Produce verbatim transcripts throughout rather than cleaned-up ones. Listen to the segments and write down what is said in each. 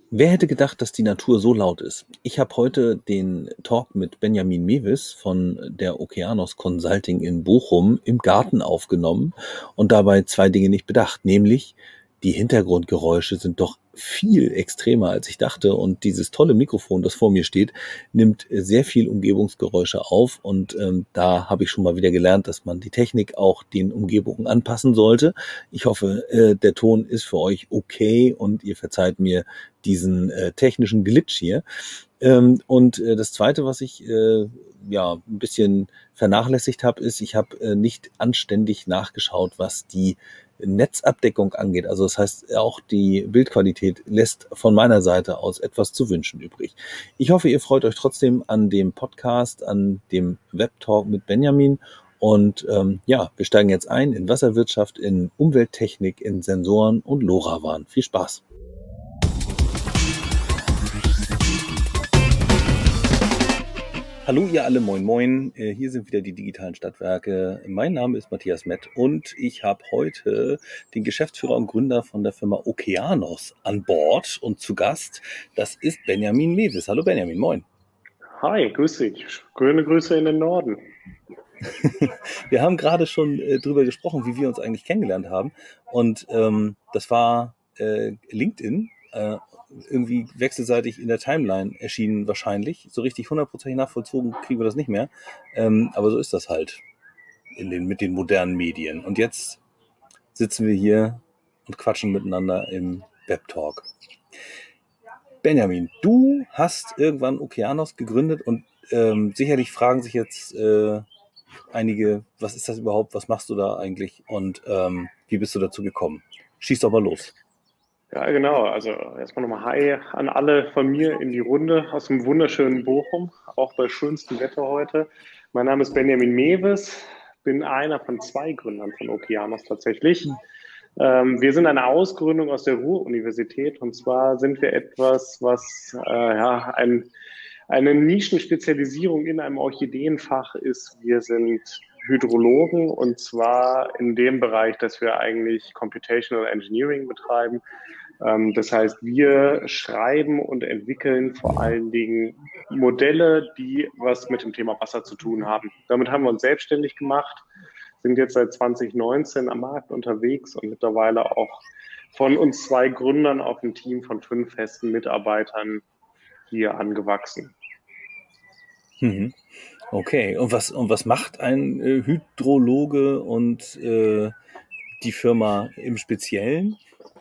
Wer hätte gedacht, dass die Natur so laut ist? Ich habe heute den Talk mit Benjamin Mewis von der Okeanos Consulting in Bochum im Garten aufgenommen und dabei zwei Dinge nicht bedacht, nämlich die Hintergrundgeräusche sind doch viel extremer, als ich dachte, und dieses tolle Mikrofon, das vor mir steht, nimmt sehr viel Umgebungsgeräusche auf, und ähm, da habe ich schon mal wieder gelernt, dass man die Technik auch den Umgebungen anpassen sollte. Ich hoffe, äh, der Ton ist für euch okay und ihr verzeiht mir diesen äh, technischen Glitch hier. Ähm, und äh, das Zweite, was ich äh, ja ein bisschen vernachlässigt habe, ist, ich habe äh, nicht anständig nachgeschaut, was die Netzabdeckung angeht. Also das heißt, auch die Bildqualität lässt von meiner Seite aus etwas zu wünschen übrig. Ich hoffe, ihr freut euch trotzdem an dem Podcast, an dem Webtalk mit Benjamin. Und ähm, ja, wir steigen jetzt ein in Wasserwirtschaft, in Umwelttechnik, in Sensoren und LoRaWAN. Viel Spaß! Hallo ihr alle, moin moin, hier sind wieder die digitalen Stadtwerke. Mein Name ist Matthias Mett und ich habe heute den Geschäftsführer und Gründer von der Firma Okeanos an Bord und zu Gast, das ist Benjamin Mewis. Hallo Benjamin, moin. Hi, grüß dich. Grüne Grüße in den Norden. Wir haben gerade schon äh, drüber gesprochen, wie wir uns eigentlich kennengelernt haben, und ähm, das war äh, LinkedIn, äh, irgendwie wechselseitig in der Timeline erschienen wahrscheinlich. So richtig hundertprozentig nachvollzogen kriegen wir das nicht mehr, ähm, aber so ist das halt in den, mit den modernen Medien. Und jetzt sitzen wir hier und quatschen miteinander im Webtalk. Benjamin, du hast irgendwann Okeanos gegründet und ähm, sicherlich fragen sich jetzt äh, einige, was ist das überhaupt, was machst du da eigentlich und ähm, wie bist du dazu gekommen? Schieß doch mal los. Ja, genau. Also erstmal nochmal Hi an alle von mir in die Runde aus dem wunderschönen Bochum, auch bei schönstem Wetter heute. Mein Name ist Benjamin Mewis, bin einer von zwei Gründern von Okeanos tatsächlich. Ähm, wir sind eine Ausgründung aus der Ruhr-Universität, und zwar sind wir etwas, was äh, ja, ein, eine Nischenspezialisierung in einem Orchideenfach ist. Wir sind Hydrologen, und zwar in dem Bereich, dass wir eigentlich Computational Engineering betreiben. Ähm, das heißt, wir schreiben und entwickeln vor allen Dingen Modelle, die was mit dem Thema Wasser zu tun haben. Damit haben wir uns selbstständig gemacht, sind jetzt seit zwanzig neunzehn am Markt unterwegs und mittlerweile auch von uns zwei Gründern auf ein Team von fünf festen Mitarbeitern hier angewachsen. Mhm. Okay, und was, und was macht ein äh, Hydrologe und äh, die Firma im Speziellen?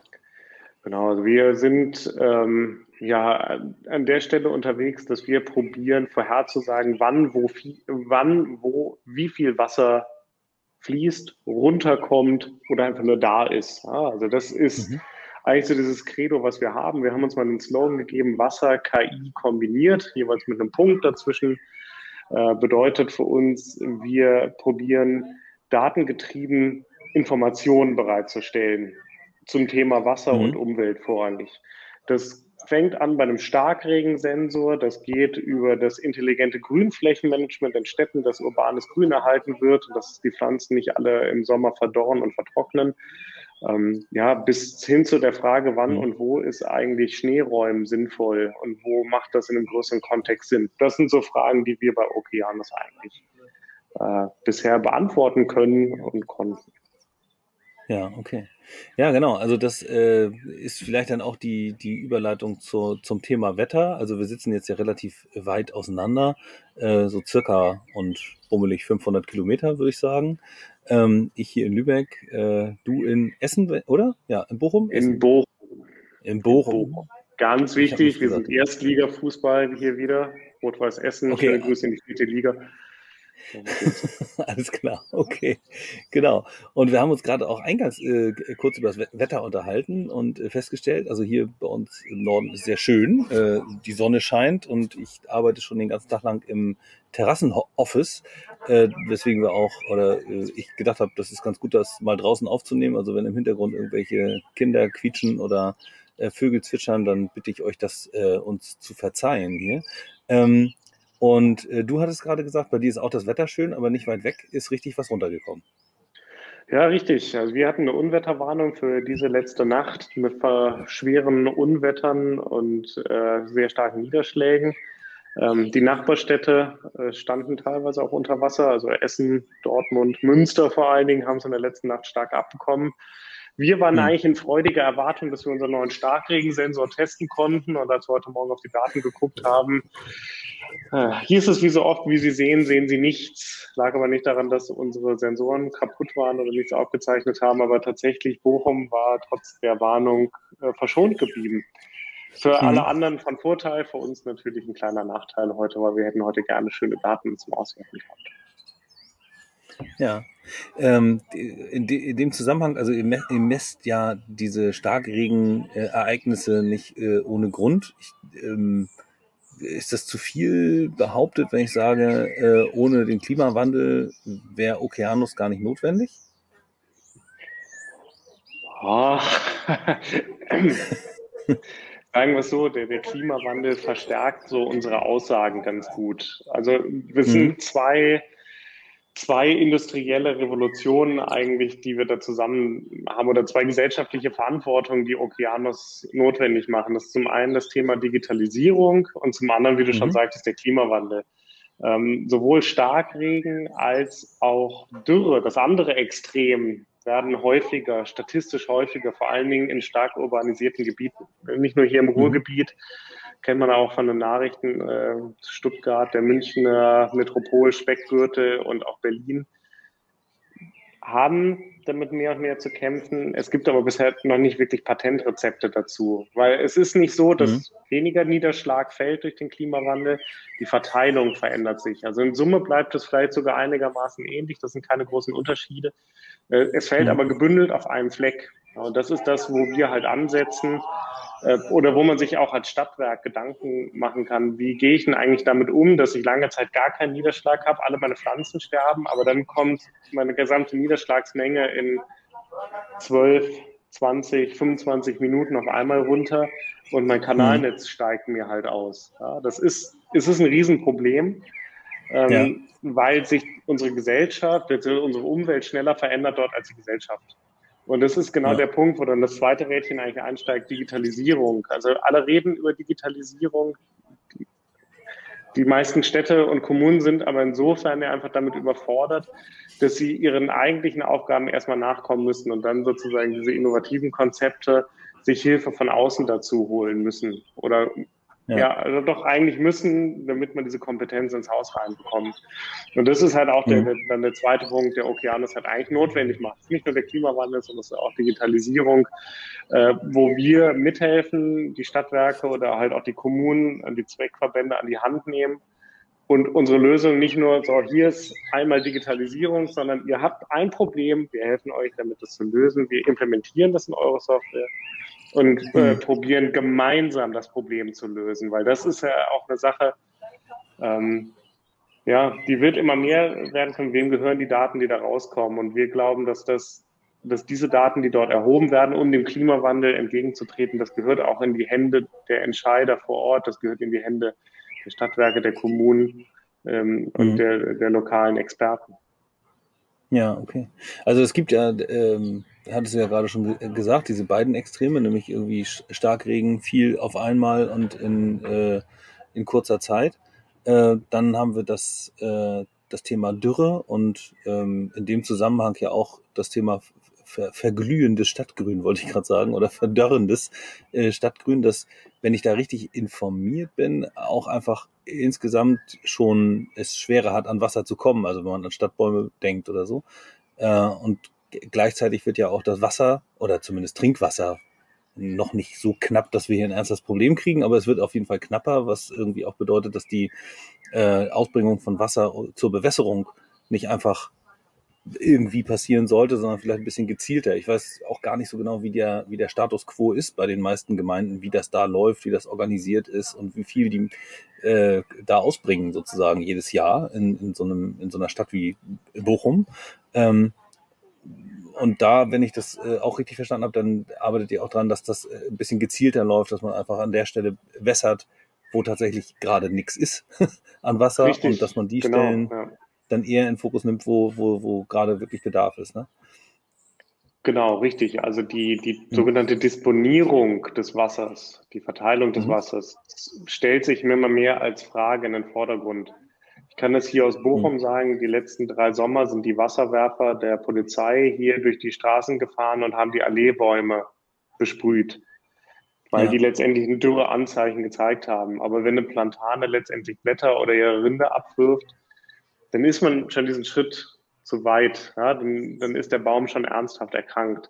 Genau, also wir sind ähm, ja an der Stelle unterwegs, dass wir probieren vorherzusagen, wann, wo, viel, wann, wo, wie viel Wasser fließt, runterkommt oder einfach nur da ist. Ja, also das ist Mhm. eigentlich so dieses Credo, was wir haben. Wir haben uns mal den Slogan gegeben: Wasser, K I kombiniert, jeweils mit einem Punkt dazwischen. Äh, bedeutet für uns, wir probieren datengetrieben Informationen bereitzustellen zum Thema Wasser und Mhm. Umwelt vorrangig. Das fängt an bei einem Starkregensensor, das geht über das intelligente Grünflächenmanagement in Städten, dass urbanes Grün erhalten wird und dass die Pflanzen nicht alle im Sommer verdorren und vertrocknen. Ähm, ja, bis hin zu der Frage, wann Mhm. und wo ist eigentlich Schneeräumen sinnvoll und wo macht das in einem größeren Kontext Sinn? Das sind so Fragen, die wir bei Okeanos eigentlich äh, bisher beantworten können und konnten. Ja, okay. Ja, genau. Also das äh, ist vielleicht dann auch die, die Überleitung zur, zum Thema Wetter. Also wir sitzen jetzt ja relativ weit auseinander, äh, so circa und bummelig fünfhundert Kilometer, würde ich sagen. Ähm, ich hier in Lübeck, äh, du in Essen, oder? Ja, in Bochum, In Essen. Bochum. In In Bochum. Bochum. Ganz Ich habe mich wichtig, wir gesagt. sind Erstliga-Fußball hier wieder. Rot-Weiß Essen, Okay, schöne Grüße in die vierte Liga. Darum geht's. alles klar, okay, genau. Und wir haben uns gerade auch eingangs äh, kurz über das Wetter unterhalten und äh, festgestellt, also hier bei uns im Norden ist sehr schön, äh, die Sonne scheint und ich arbeite schon den ganzen Tag lang im Terrassenoffice, äh, weswegen wir auch, oder äh, ich gedacht habe, das ist ganz gut, das mal draußen aufzunehmen. Also wenn im Hintergrund irgendwelche Kinder quietschen oder äh, Vögel zwitschern, dann bitte ich euch, das äh, uns zu verzeihen hier. Ähm, und äh, du hattest gerade gesagt, bei dir ist auch das Wetter schön, aber nicht weit weg ist richtig was runtergekommen. Ja, richtig. Also wir hatten eine Unwetterwarnung für diese letzte Nacht mit ver- schweren Unwettern und äh, sehr starken Niederschlägen. Ähm, die Nachbarstädte äh, standen teilweise auch unter Wasser, also Essen, Dortmund, Münster vor allen Dingen haben es in der letzten Nacht stark abbekommen. Wir waren Hm. eigentlich in freudiger Erwartung, dass wir unseren neuen Starkregensensor testen konnten. Und als wir heute Morgen auf die Daten geguckt haben, äh, hieß es wie so oft, wie Sie sehen, sehen Sie nichts. Lag aber nicht daran, dass unsere Sensoren kaputt waren oder nichts aufgezeichnet haben. Aber tatsächlich, Bochum war trotz der Warnung äh, verschont geblieben. Für alle Hm. anderen von Vorteil, für uns natürlich ein kleiner Nachteil heute, weil wir hätten heute gerne schöne Daten zum Auswerten gehabt. Ja. Ähm, in, de, in dem Zusammenhang, also ihr, me ihr messt ja diese Starkregenereignisse nicht äh, ohne Grund. Ich, ähm, ist das zu viel behauptet, wenn ich sage, äh, ohne den Klimawandel wäre Okeanos gar nicht notwendig? Oh. Sagen wir es so, der, der Klimawandel verstärkt so unsere Aussagen ganz gut. Also wir Mhm. sind zwei, zwei industrielle Revolutionen eigentlich, die wir da zusammen haben oder zwei gesellschaftliche Verantwortungen, die Okeanos notwendig machen. Das ist zum einen das Thema Digitalisierung und zum anderen, wie du schon Mhm. sagtest, der Klimawandel. Ähm, sowohl Starkregen als auch Dürre, das andere Extrem, werden häufiger, statistisch häufiger, vor allen Dingen in stark urbanisierten Gebieten. Nicht nur hier im Mhm. Ruhrgebiet, kennt man auch von den Nachrichten, äh, Stuttgart, der Münchner Metropol, Speckgürtel und auch Berlin haben damit mehr und mehr zu kämpfen. Es gibt aber bisher noch nicht wirklich Patentrezepte dazu, weil es ist nicht so, Mhm. dass weniger Niederschlag fällt durch den Klimawandel. Die Verteilung verändert sich. Also in Summe bleibt es vielleicht sogar einigermaßen ähnlich. Das sind keine großen Unterschiede. Es fällt Mhm. aber gebündelt auf einem Fleck. Und das ist das, wo wir halt ansetzen äh, oder wo man sich auch als Stadtwerk Gedanken machen kann, wie gehe ich denn eigentlich damit um, dass ich lange Zeit gar keinen Niederschlag habe, alle meine Pflanzen sterben, aber dann kommt meine gesamte Niederschlagsmenge in zwölf, zwanzig, fünfundzwanzig Minuten auf einmal runter und mein Mhm. Kanalnetz steigt mir halt aus. Ja, das ist, es ist ein Riesenproblem, Ja. ähm, weil sich unsere Gesellschaft, unsere Umwelt schneller verändert dort als die Gesellschaft. Und das ist genau Ja. der Punkt, wo dann das zweite Rädchen eigentlich einsteigt, Digitalisierung. Also alle reden über Digitalisierung. Die meisten Städte und Kommunen sind aber insofern ja einfach damit überfordert, dass sie ihren eigentlichen Aufgaben erstmal nachkommen müssen und dann sozusagen diese innovativen Konzepte sich Hilfe von außen dazu holen müssen. Oder Ja. ja, also doch eigentlich müssen, damit man diese Kompetenz ins Haus reinbekommt. Und das ist halt auch der, Mhm. der, dann der zweite Punkt, der Okeanos halt eigentlich notwendig macht. Nicht nur der Klimawandel, sondern es ist auch Digitalisierung, äh, wo wir mithelfen, die Stadtwerke oder halt auch die Kommunen, die Zweckverbände an die Hand nehmen. Und unsere Lösung nicht nur so, hier ist einmal Digitalisierung, sondern ihr habt ein Problem, wir helfen euch damit, das zu lösen. Wir implementieren das in eure Software und äh, Mhm. probieren gemeinsam das Problem zu lösen, weil das ist ja auch eine Sache, ähm, ja, die wird immer mehr werden, von wem gehören die Daten, die da rauskommen. Und wir glauben, dass das, dass diese Daten, die dort erhoben werden, um dem Klimawandel entgegenzutreten, das gehört auch in die Hände der Entscheider vor Ort, das gehört in die Hände der Stadtwerke, der Kommunen ähm, und Mhm. der, der lokalen Experten. Ja, okay. Also es gibt ja, ähm, hattest du ja gerade schon ge gesagt, diese beiden Extreme, nämlich irgendwie Starkregen, viel auf einmal und in, äh, in kurzer Zeit. Äh, dann haben wir das, äh, das Thema Dürre und ähm, in dem Zusammenhang ja auch das Thema ver verglühendes Stadtgrün, wollte ich gerade sagen, oder verdörrendes äh, Stadtgrün, das, wenn ich da richtig informiert bin, auch einfach insgesamt schon es schwerer hat, an Wasser zu kommen, also wenn man an Stadtbäume denkt oder so. Äh, und gleichzeitig wird ja auch das Wasser oder zumindest Trinkwasser noch nicht so knapp, dass wir hier ein ernstes Problem kriegen, aber es wird auf jeden Fall knapper, was irgendwie auch bedeutet, dass die äh, Ausbringung von Wasser zur Bewässerung nicht einfach irgendwie passieren sollte, sondern vielleicht ein bisschen gezielter. Ich weiß auch gar nicht so genau, wie der, wie der Status quo ist bei den meisten Gemeinden, wie das da läuft, wie das organisiert ist und wie viel die äh, da ausbringen sozusagen jedes Jahr in, in, so einem, in so einer Stadt wie Bochum. Ähm, und da, wenn ich das äh, auch richtig verstanden habe, dann arbeitet ihr auch dran, dass das äh, ein bisschen gezielter läuft, dass man einfach an der Stelle wässert, wo tatsächlich gerade nichts ist an Wasser und dass Richtig, man die genau. Stellen Ja. dann eher in Fokus nimmt, wo, wo, wo gerade wirklich Bedarf ist. Ne? Genau, richtig. Also die, die Mhm. sogenannte Disponierung des Wassers, die Verteilung des Mhm. Wassers, stellt sich immer mehr als Frage in den Vordergrund. Ich kann das hier aus Bochum Mhm. sagen, die letzten drei Sommer sind die Wasserwerfer der Polizei hier durch die Straßen gefahren und haben die Alleebäume besprüht, weil die Ja. letztendlich ein Dürreanzeichen gezeigt haben. Aber wenn eine Plantane letztendlich Blätter oder ihre Rinde abwirft, dann ist man schon diesen Schritt zu weit. Ja? Dann, dann ist der Baum schon ernsthaft erkrankt.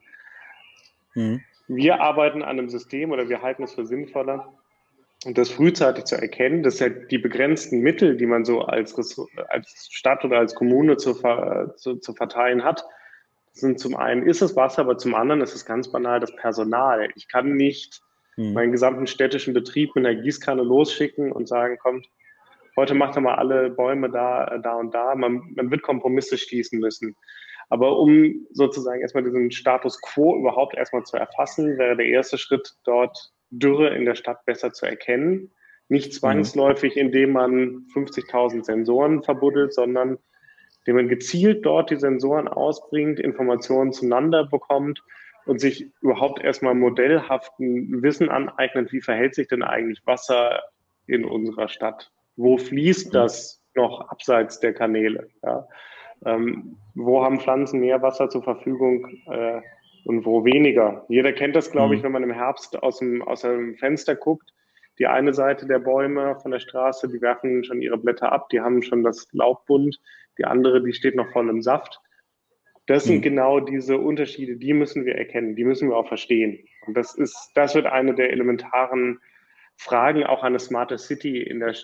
Mhm. Wir arbeiten an einem System oder wir halten es für sinnvoller, das frühzeitig zu erkennen, dass ja die begrenzten Mittel, die man so als, als Stadt oder als Kommune zu, zu, zu verteilen hat, sind zum einen ist es Wasser, aber zum anderen ist es ganz banal das Personal. Ich kann nicht Mhm. meinen gesamten städtischen Betrieb mit einer Gießkanne losschicken und sagen, kommt, heute macht er mal alle Bäume da, da und da. Man, man wird Kompromisse schließen müssen. Aber um sozusagen erstmal diesen Status quo überhaupt erstmal zu erfassen, wäre der erste Schritt dort Dürre in der Stadt besser zu erkennen. Nicht Mhm. zwangsläufig, indem man fünfzigtausend Sensoren verbuddelt, sondern indem man gezielt dort die Sensoren ausbringt, Informationen zueinander bekommt und sich überhaupt erstmal modellhaften Wissen aneignet, wie verhält sich denn eigentlich Wasser in unserer Stadt? Wo fließt Mhm. das noch abseits der Kanäle? Ja? Ähm, wo haben Pflanzen mehr Wasser zur Verfügung äh, und wo weniger? Jeder kennt das, glaube ich, Mhm. wenn man im Herbst aus dem, aus dem Fenster guckt. Die eine Seite der Bäume von der Straße, die werfen schon ihre Blätter ab, die haben schon das Laub bunt. Die andere, die steht noch voll im Saft. Das sind Mhm. genau diese Unterschiede, die müssen wir erkennen, die müssen wir auch verstehen. Und das ist, das wird eine der elementaren Fragen auch an eine smarte City in der,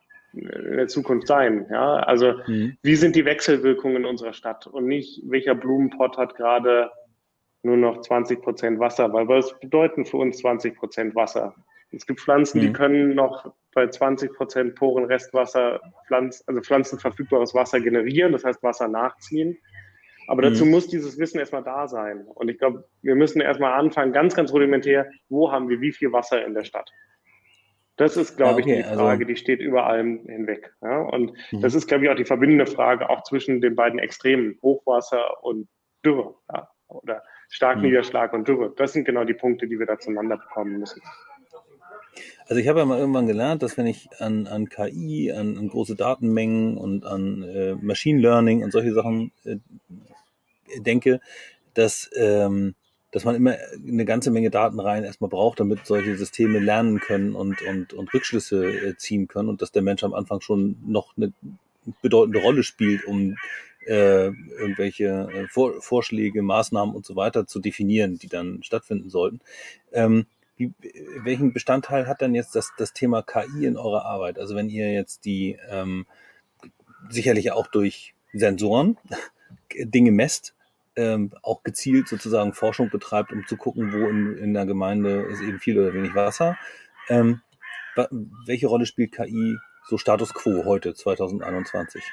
in der Zukunft sein. Ja, also Mhm. wie sind die Wechselwirkungen in unserer Stadt und nicht, welcher Blumenpott hat gerade nur noch zwanzig Prozent Wasser, weil was bedeuten für uns zwanzig Prozent Wasser? Es gibt Pflanzen, die Mhm. können noch bei zwanzig Prozent poren Restwasser, Pflanz, also pflanzenverfügbares Wasser generieren, das heißt Wasser nachziehen. Aber dazu Mhm. muss dieses Wissen erstmal da sein. Und ich glaube, wir müssen erstmal anfangen, ganz, ganz rudimentär, wo haben wir wie viel Wasser in der Stadt? Das ist, Ja, glaube ich, okay, die also Frage, die steht über allem hinweg. Ja? Und mhm. das ist, glaube ich, auch die verbindende Frage, auch zwischen den beiden Extremen, Hochwasser und Dürre. Ja? Oder Mhm. Starkniederschlag und Dürre. Das sind genau die Punkte, die wir da zueinander bekommen müssen. Also ich habe ja mal irgendwann gelernt, dass wenn ich an, an K I, an, an große Datenmengen und an äh, Machine Learning und solche Sachen äh, denke, dass, ähm, dass man immer eine ganze Menge Datenreihen erstmal braucht, damit solche Systeme lernen können und, und, und Rückschlüsse äh, ziehen können und dass der Mensch am Anfang schon noch eine bedeutende Rolle spielt, um äh, irgendwelche äh, Vor Vorschläge, Maßnahmen und so weiter zu definieren, die dann stattfinden sollten. Ähm, wie, welchen Bestandteil hat dann jetzt das, das Thema K I in eurer Arbeit? Also wenn ihr jetzt die ähm, sicherlich auch durch Sensoren Dinge messt, ähm, auch gezielt sozusagen Forschung betreibt, um zu gucken, wo in, in der Gemeinde ist eben viel oder wenig Wasser. Ähm, welche Rolle spielt K I so Status quo heute, zwanzig einundzwanzig?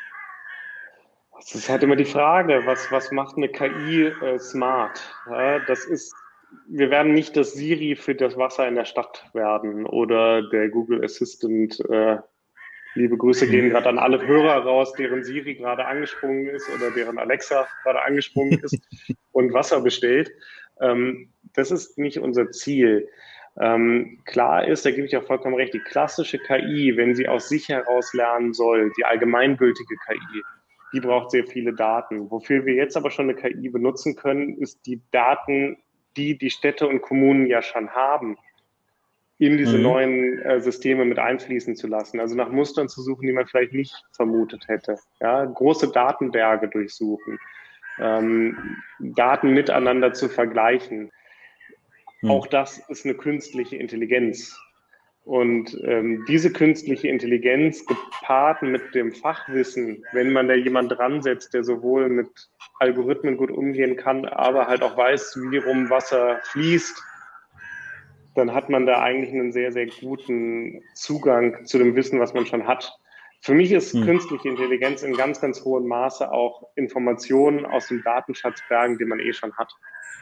Das ist halt immer die Frage, was, was macht eine K I äh, smart? Ja, das ist, wir werden nicht das Siri für das Wasser in der Stadt werden oder der Google Assistant. Äh, liebe Grüße Hm. gehen gerade an alle Hörer raus, deren Siri gerade angesprungen ist oder deren Alexa gerade angesprungen ist und Wasser bestellt. Ähm, das ist nicht unser Ziel. Ähm, klar ist, da gebe ich auch vollkommen recht, die klassische K I, wenn sie aus sich heraus lernen soll, die allgemeingültige K I, die braucht sehr viele Daten. Wofür wir jetzt aber schon eine K I benutzen können, ist die Daten, die die Städte und Kommunen ja schon haben, in diese Mhm. neuen äh, Systeme mit einfließen zu lassen. Also nach Mustern zu suchen, die man vielleicht nicht vermutet hätte. Ja, große Datenberge durchsuchen, ähm, Daten miteinander zu vergleichen. Mhm. Auch das ist eine künstliche Intelligenz. Und ähm, diese künstliche Intelligenz gepaart mit dem Fachwissen, wenn man da jemand dran setzt, der sowohl mit Algorithmen gut umgehen kann, aber halt auch weiß, wie rum Wasser fließt, dann hat man da eigentlich einen sehr, sehr guten Zugang zu dem Wissen, was man schon hat. Für mich ist Mhm. künstliche Intelligenz in ganz, ganz hohem Maße auch Informationen aus dem Datenschatzbergen, bergen, den man eh schon hat.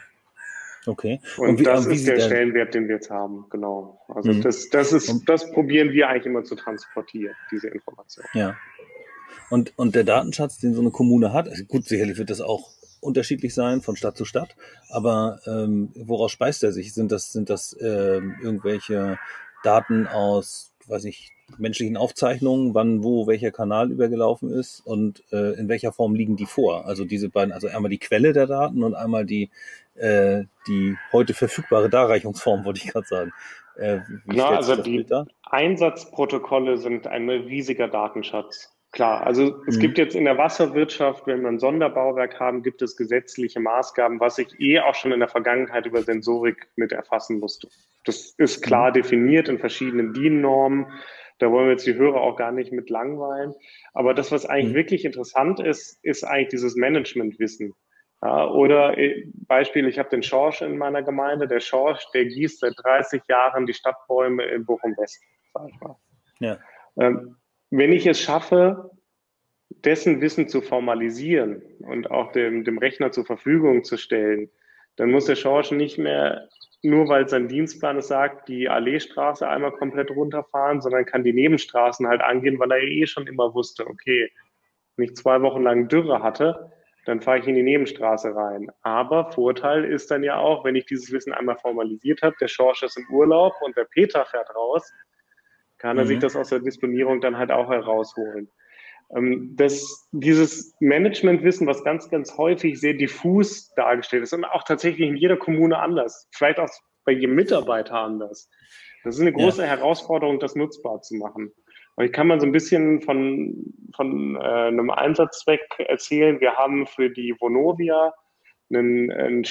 Okay. Und Und wie, das äh, wie ist sieht der der Stellenwert, den wir jetzt haben, genau. Also mhm. das, das ist, und, das probieren wir eigentlich immer zu transportieren, diese Information. ja. Und, und der Datenschatz, den so eine Kommune hat, also gut, sicherlich wird das auch unterschiedlich sein von Stadt zu Stadt. Aber ähm, woraus speist er sich? Sind das, sind das äh, irgendwelche Daten aus, weiß ich, menschlichen Aufzeichnungen, wann, wo, welcher Kanal übergelaufen ist und äh, in welcher Form liegen die vor? Also diese beiden, also einmal die Quelle der Daten und einmal die, äh, die heute verfügbare Darreichungsform, wollte ich gerade sagen. Äh, wie Genau, stellt sich also das Bild die dar? Einsatzprotokolle sind ein riesiger Datenschatz. Klar, also es Mhm. gibt jetzt in der Wasserwirtschaft, wenn wir ein Sonderbauwerk haben, gibt es gesetzliche Maßgaben, was ich eh auch schon in der Vergangenheit über Sensorik mit erfassen musste. Das ist Mhm. klar definiert in verschiedenen D I N-Normen. Da wollen wir jetzt die Hörer auch gar nicht mit langweilen. Aber das, was eigentlich Mhm. wirklich interessant ist, ist eigentlich dieses Managementwissen. Ja, oder äh, Beispiel, ich habe den Schorsch in meiner Gemeinde. Der Schorsch, der gießt seit dreißig Jahren die Stadtbäume in Bochum-West, sag ich mal. Ja. Ähm, wenn ich es schaffe, dessen Wissen zu formalisieren und auch dem, dem Rechner zur Verfügung zu stellen, dann muss der Schorsch nicht mehr, nur weil sein Dienstplan es sagt, die Alleestraße einmal komplett runterfahren, sondern kann die Nebenstraßen halt angehen, weil er eh schon immer wusste, okay, wenn ich zwei Wochen lang Dürre hatte, dann fahre ich in die Nebenstraße rein. Aber Vorteil ist dann ja auch, wenn ich dieses Wissen einmal formalisiert habe, der Schorsch ist im Urlaub und der Peter fährt raus, kann er sich Mhm. das aus der Disponierung dann halt auch herausholen. Ähm, das, dieses Managementwissen, was ganz, ganz häufig sehr diffus dargestellt ist und auch tatsächlich in jeder Kommune anders, vielleicht auch bei jedem Mitarbeiter anders. Das ist eine Ja. große Herausforderung, das nutzbar zu machen. Und ich kann mal so ein bisschen von, von äh, einem Einsatzzweck erzählen. Wir haben für die Vonovia ein, ein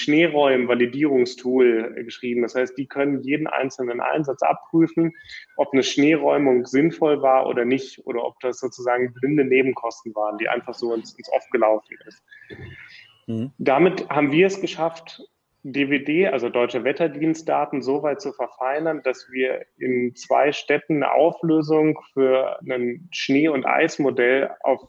Schneeräum-Validierungstool geschrieben. Das heißt, die können jeden einzelnen Einsatz abprüfen, ob eine Schneeräumung sinnvoll war oder nicht, oder ob das sozusagen blinde Nebenkosten waren, die einfach so ins, ins Off gelaufen ist. Mhm. Damit haben wir es geschafft, D W D, also Deutsche Wetterdienstdaten, so weit zu verfeinern, dass wir in zwei Städten eine Auflösung für ein Schnee- und Eismodell auf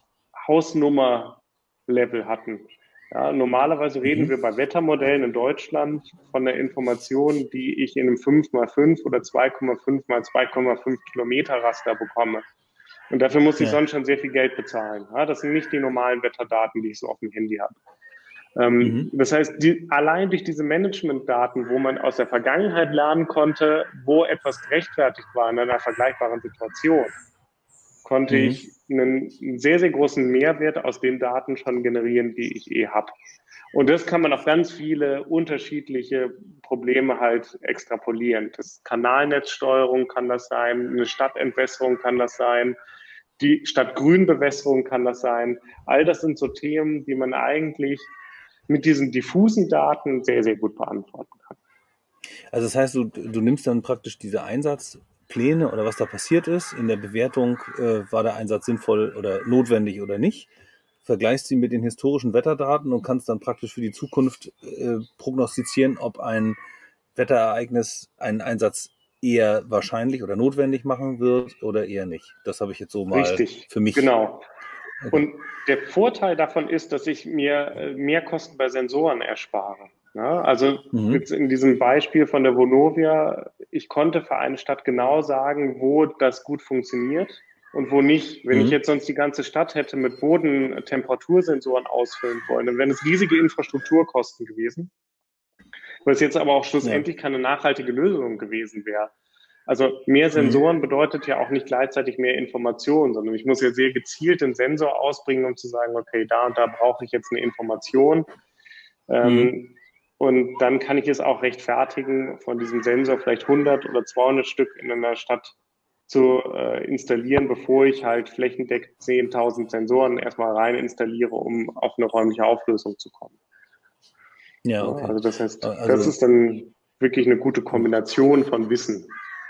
Hausnummer-Level hatten. Ja, normalerweise reden Mhm. wir bei Wettermodellen in Deutschland von der Information, die ich in einem fünf mal fünf oder zwei Komma fünf mal zwei Komma fünf Kilometer Raster bekomme. Und dafür muss ich Ja. sonst schon sehr viel Geld bezahlen. Ja, das sind nicht die normalen Wetterdaten, die ich so auf dem Handy habe. Mhm. Ähm, das heißt, die, allein durch diese Managementdaten, wo man aus der Vergangenheit lernen konnte, wo etwas gerechtfertigt war in einer vergleichbaren Situation, konnte Mhm. ich einen, einen sehr, sehr großen Mehrwert aus den Daten schon generieren, die ich eh habe. Und das kann man auf ganz viele unterschiedliche Probleme halt extrapolieren. Das Kanalnetzsteuerung kann das sein, eine Stadtentwässerung kann das sein, die Stadtgrünbewässerung kann das sein. All das sind so Themen, die man eigentlich mit diesen diffusen Daten sehr, sehr gut beantworten kann. Also das heißt, du, du nimmst dann praktisch diese Einsatzpläne oder was da passiert ist, in der Bewertung, äh, war der Einsatz sinnvoll oder notwendig oder nicht, vergleichst sie mit den historischen Wetterdaten und kannst dann praktisch für die Zukunft äh, prognostizieren, ob ein Wetterereignis einen Einsatz eher wahrscheinlich oder notwendig machen wird oder eher nicht. Das habe ich jetzt so mal Richtig, für mich. genau. Okay. Und der Vorteil davon ist, dass ich mir äh, mehr Kosten bei Sensoren erspare. Ja, also Mhm. jetzt in diesem Beispiel von der Vonovia, ich konnte für eine Stadt genau sagen, wo das gut funktioniert und wo nicht. Wenn ich Mhm. jetzt sonst die ganze Stadt hätte mit Bodentemperatursensoren ausfüllen wollen, dann wären es riesige Infrastrukturkosten gewesen, was jetzt aber auch Ja. schlussendlich keine nachhaltige Lösung gewesen wäre. Also mehr Mhm. Sensoren bedeutet ja auch nicht gleichzeitig mehr Information, sondern ich muss ja sehr gezielt den Sensor ausbringen, um zu sagen, okay, da und da brauche ich jetzt eine Information. Mhm. Ähm, und dann kann ich es auch rechtfertigen, von diesem Sensor vielleicht hundert oder zweihundert Stück in einer Stadt zu äh, installieren, bevor ich halt flächendeckend zehntausend Sensoren erstmal rein installiere, um auf eine räumliche Auflösung zu kommen. Ja, Ja, okay. also das heißt, das Also, ist dann wirklich eine gute Kombination von Wissen.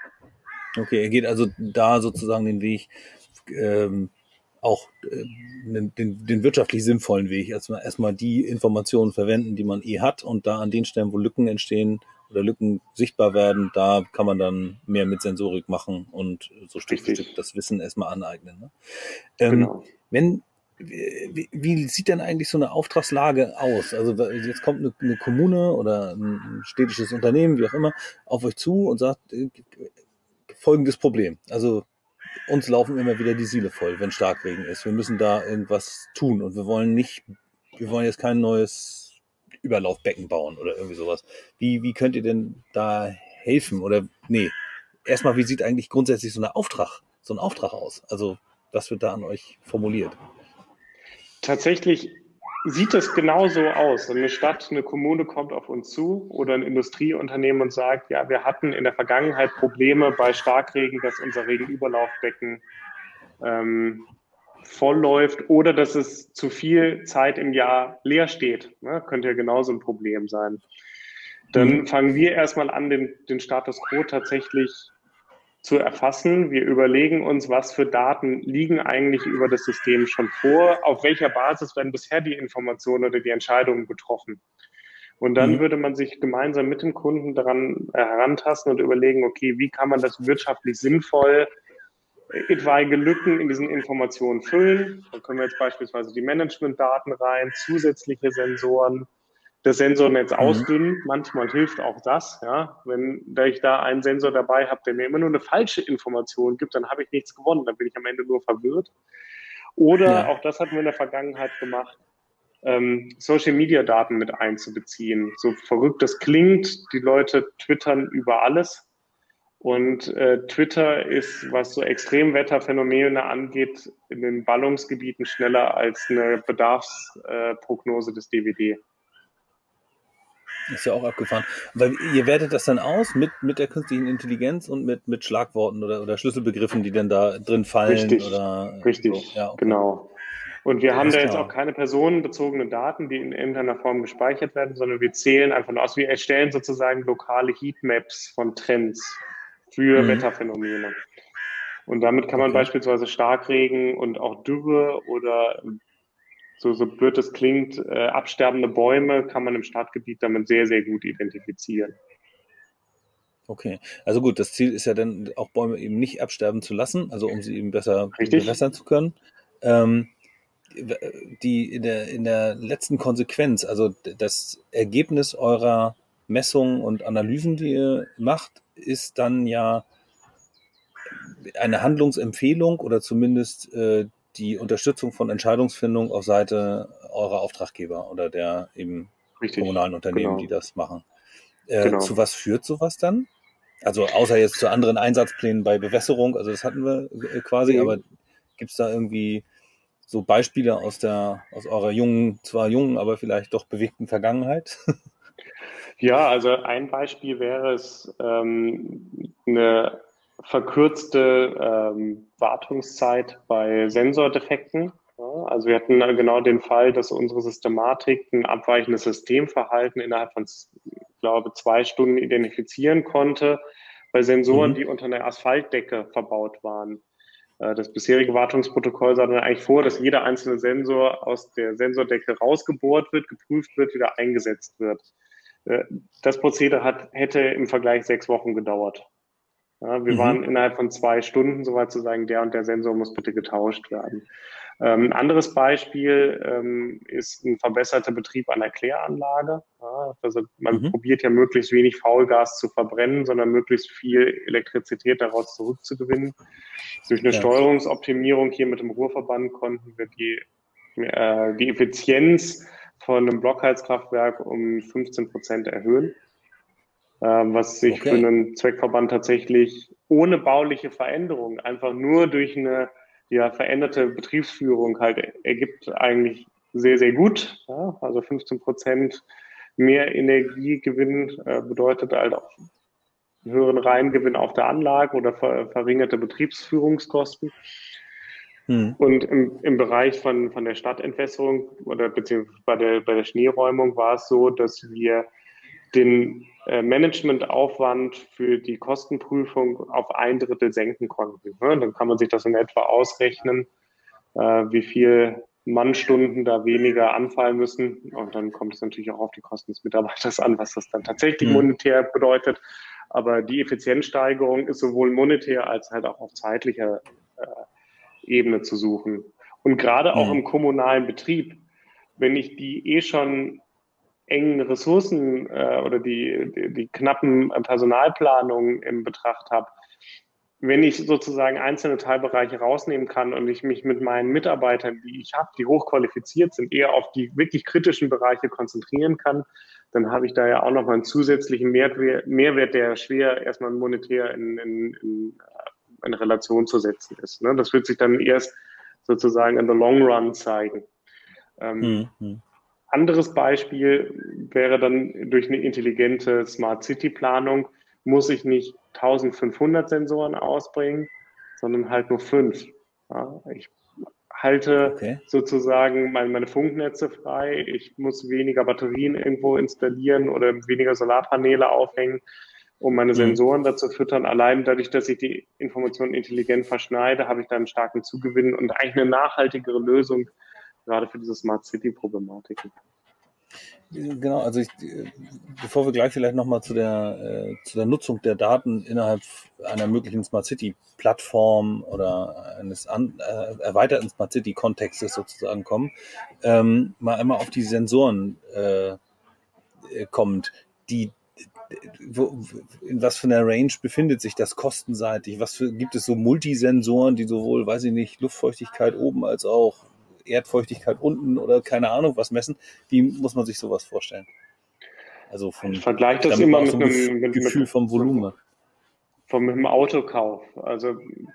okay, er geht also da sozusagen den Weg, ähm, auch äh, den, den, den wirtschaftlich sinnvollen Weg. Erstmal, erstmal die Informationen verwenden, die man eh hat und da an den Stellen, wo Lücken entstehen oder Lücken sichtbar werden, da kann man dann mehr mit Sensorik machen und so Stück für Stück Richtig, das Wissen erstmal aneignen. Ne? Ähm, genau. wenn, wie, wie sieht denn eigentlich so eine Auftragslage aus? Also jetzt kommt eine, eine Kommune oder ein städtisches Unternehmen, wie auch immer, auf euch zu und sagt, äh, folgendes Problem. Also uns laufen immer wieder die Siele voll, wenn Starkregen ist. Wir müssen da irgendwas tun und wir wollen nicht wir wollen jetzt kein neues Überlaufbecken bauen oder irgendwie sowas. Wie, wie könnt ihr denn da helfen? Oder nee, erstmal, wie sieht eigentlich grundsätzlich so ein Auftrag, so ein Auftrag aus? Also was wird da an euch formuliert? Tatsächlich sieht es genauso aus. Eine Stadt, eine Kommune kommt auf uns zu oder ein Industrieunternehmen und sagt, ja, wir hatten in der Vergangenheit Probleme bei Starkregen, dass unser Regenüberlaufbecken ähm, voll läuft oder dass es zu viel Zeit im Jahr leer steht. Ne? Könnte ja genauso ein Problem sein. Dann Mhm. fangen wir erstmal an, den, den Status quo tatsächlich zu erfassen. Wir überlegen uns, was für Daten liegen eigentlich über das System schon vor, auf welcher Basis werden bisher die Informationen oder die Entscheidungen getroffen. Und dann Mhm. würde man sich gemeinsam mit dem Kunden daran äh, herantasten und überlegen, okay, wie kann man das wirtschaftlich sinnvoll etwaige Lücken in diesen Informationen füllen. Da können wir jetzt beispielsweise die Managementdaten rein, zusätzliche Sensoren, das Sensornetz Mhm. ausdünnen. Manchmal hilft auch das. Ja. Wenn ich da einen Sensor dabei habe, der mir immer nur eine falsche Information gibt, dann habe ich nichts gewonnen. Dann bin ich am Ende nur verwirrt. Oder, Ja. auch das hatten wir in der Vergangenheit gemacht, ähm, Social-Media-Daten mit einzubeziehen. So verrückt das klingt, die Leute twittern über alles. Und äh, Twitter ist, was so Extremwetterphänomene angeht, in den Ballungsgebieten schneller als eine Bedarfsprognose äh, des D W D. Ist ja auch abgefahren. Weil ihr wertet das dann aus mit, mit der künstlichen Intelligenz und mit, mit Schlagworten oder, oder Schlüsselbegriffen, die dann da drin fallen Richtig, oder so. richtig, Ja, okay. genau. Und wir haben Alles da jetzt auch klar. keine personenbezogenen Daten, die in irgendeiner Form gespeichert werden, sondern wir zählen einfach nur aus. Wir erstellen sozusagen lokale Heatmaps von Trends für Mhm. Wetterphänomene. Und damit kann man Okay. beispielsweise Starkregen und auch Dürre oder so, so blöd es klingt, äh, absterbende Bäume kann man im Stadtgebiet damit sehr, sehr gut identifizieren. Okay. Also gut, das Ziel ist ja dann auch Bäume eben nicht absterben zu lassen, also um sie eben besser Richtig? bewässern zu können. Ähm, die in der, in der letzten Konsequenz, also das Ergebnis eurer Messungen und Analysen, die ihr macht, ist dann ja eine Handlungsempfehlung oder zumindest äh, die Unterstützung von Entscheidungsfindung auf Seite eurer Auftraggeber oder der eben Richtig, kommunalen Unternehmen, die genau, das machen. Äh, zu genau. was führt sowas dann? Also außer jetzt zu anderen Einsatzplänen bei Bewässerung, also das hatten wir äh, quasi, aber Mhm. gibt es da irgendwie so Beispiele aus der, aus eurer jungen, zwar jungen, aber vielleicht doch bewegten Vergangenheit? Ja, also ein Beispiel wäre es, ähm, eine verkürzte ähm, Wartungszeit bei Sensordefekten. Ja, also wir hatten genau den Fall, dass unsere Systematik ein abweichendes Systemverhalten innerhalb von, ich glaube, zwei Stunden identifizieren konnte bei Sensoren, Mhm. die unter einer Asphaltdecke verbaut waren. Äh, Das bisherige Wartungsprotokoll sah dann eigentlich vor, dass jeder einzelne Sensor aus der Sensordecke rausgebohrt wird, geprüft wird, wieder eingesetzt wird. Äh, Das Prozedere hat, hätte im Vergleich sechs Wochen gedauert. Ja, wir Mhm. waren innerhalb von zwei Stunden soweit zu sagen, der und der Sensor muss bitte getauscht werden. Ähm, ein anderes Beispiel ähm, ist ein verbesserter Betrieb einer Kläranlage. Ja, also man Mhm. probiert ja möglichst wenig Faulgas zu verbrennen, sondern möglichst viel Elektrizität daraus zurückzugewinnen. Durch eine Ja. Steuerungsoptimierung hier mit dem Ruhrverband konnten wir die, äh, die Effizienz von einem Blockheizkraftwerk um fünfzehn Prozent erhöhen, äh, was sich für Okay. einen Zweckverband tatsächlich ohne bauliche Veränderung, einfach nur durch eine ja, veränderte Betriebsführung halt ergibt, eigentlich sehr, sehr gut. Ja? Also fünfzehn Prozent mehr Energiegewinn äh, bedeutet halt auch einen höheren Reingewinn auf der Anlage oder ver verringerte Betriebsführungskosten. Mhm. Und im, im Bereich von, von der Stadtentwässerung oder beziehungsweise bei der, bei der Schneeräumung war es so, dass wir den äh, Managementaufwand für die Kostenprüfung auf ein Drittel senken konnten. Ja, dann kann man sich das in etwa ausrechnen, äh, wie viel Mannstunden da weniger anfallen müssen. Und dann kommt es natürlich auch auf die Kosten des Mitarbeiters an, was das dann tatsächlich Mhm. monetär bedeutet. Aber die Effizienzsteigerung ist sowohl monetär als halt auch auf zeitlicher äh, Ebene zu suchen. Und gerade auch Mhm. im kommunalen Betrieb, wenn ich die eh schon engen Ressourcen äh, oder die, die, die knappen Personalplanungen in Betracht habe, wenn ich sozusagen einzelne Teilbereiche rausnehmen kann und ich mich mit meinen Mitarbeitern, die ich habe, die hochqualifiziert sind, eher auf die wirklich kritischen Bereiche konzentrieren kann, dann habe ich da ja auch nochmal einen zusätzlichen Mehrwert, Mehrwert, der schwer erstmal monetär in, in, in, in Relation zu setzen ist. Ne? Das wird sich dann erst sozusagen in the long run zeigen. Ähm, Mhm. Anderes Beispiel wäre dann durch eine intelligente Smart City Planung muss ich nicht eintausendfünfhundert Sensoren ausbringen, sondern halt nur fünf. Ja, ich halte Okay. sozusagen meine, meine Funknetze frei. Ich muss weniger Batterien irgendwo installieren oder weniger Solarpaneele aufhängen, um meine Mhm. Sensoren dazu füttern. Allein dadurch, dass ich die Informationen intelligent verschneide, habe ich da einen starken Zugewinn und eigentlich eine nachhaltigere Lösung, gerade für diese Smart City-Problematiken. Genau, also ich, bevor wir gleich vielleicht nochmal zu der, äh, zu der Nutzung der Daten innerhalb einer möglichen Smart City Plattform oder eines an, äh, erweiterten Smart City Kontextes sozusagen kommen, ähm, mal einmal auf die Sensoren äh, kommt, die wo, in was für einer Range befindet sich das kostenseitig? Was für, gibt es so Multisensoren, die sowohl, weiß ich nicht, Luftfeuchtigkeit oben als auch Erdfeuchtigkeit unten oder keine Ahnung was messen? Wie muss man sich sowas vorstellen? Also Ich von, vergleiche das damit man immer auch so mit ein Gef- einem, mit, Gefühl mit, vom Volumen hat. vom, mit einem Autokauf. Also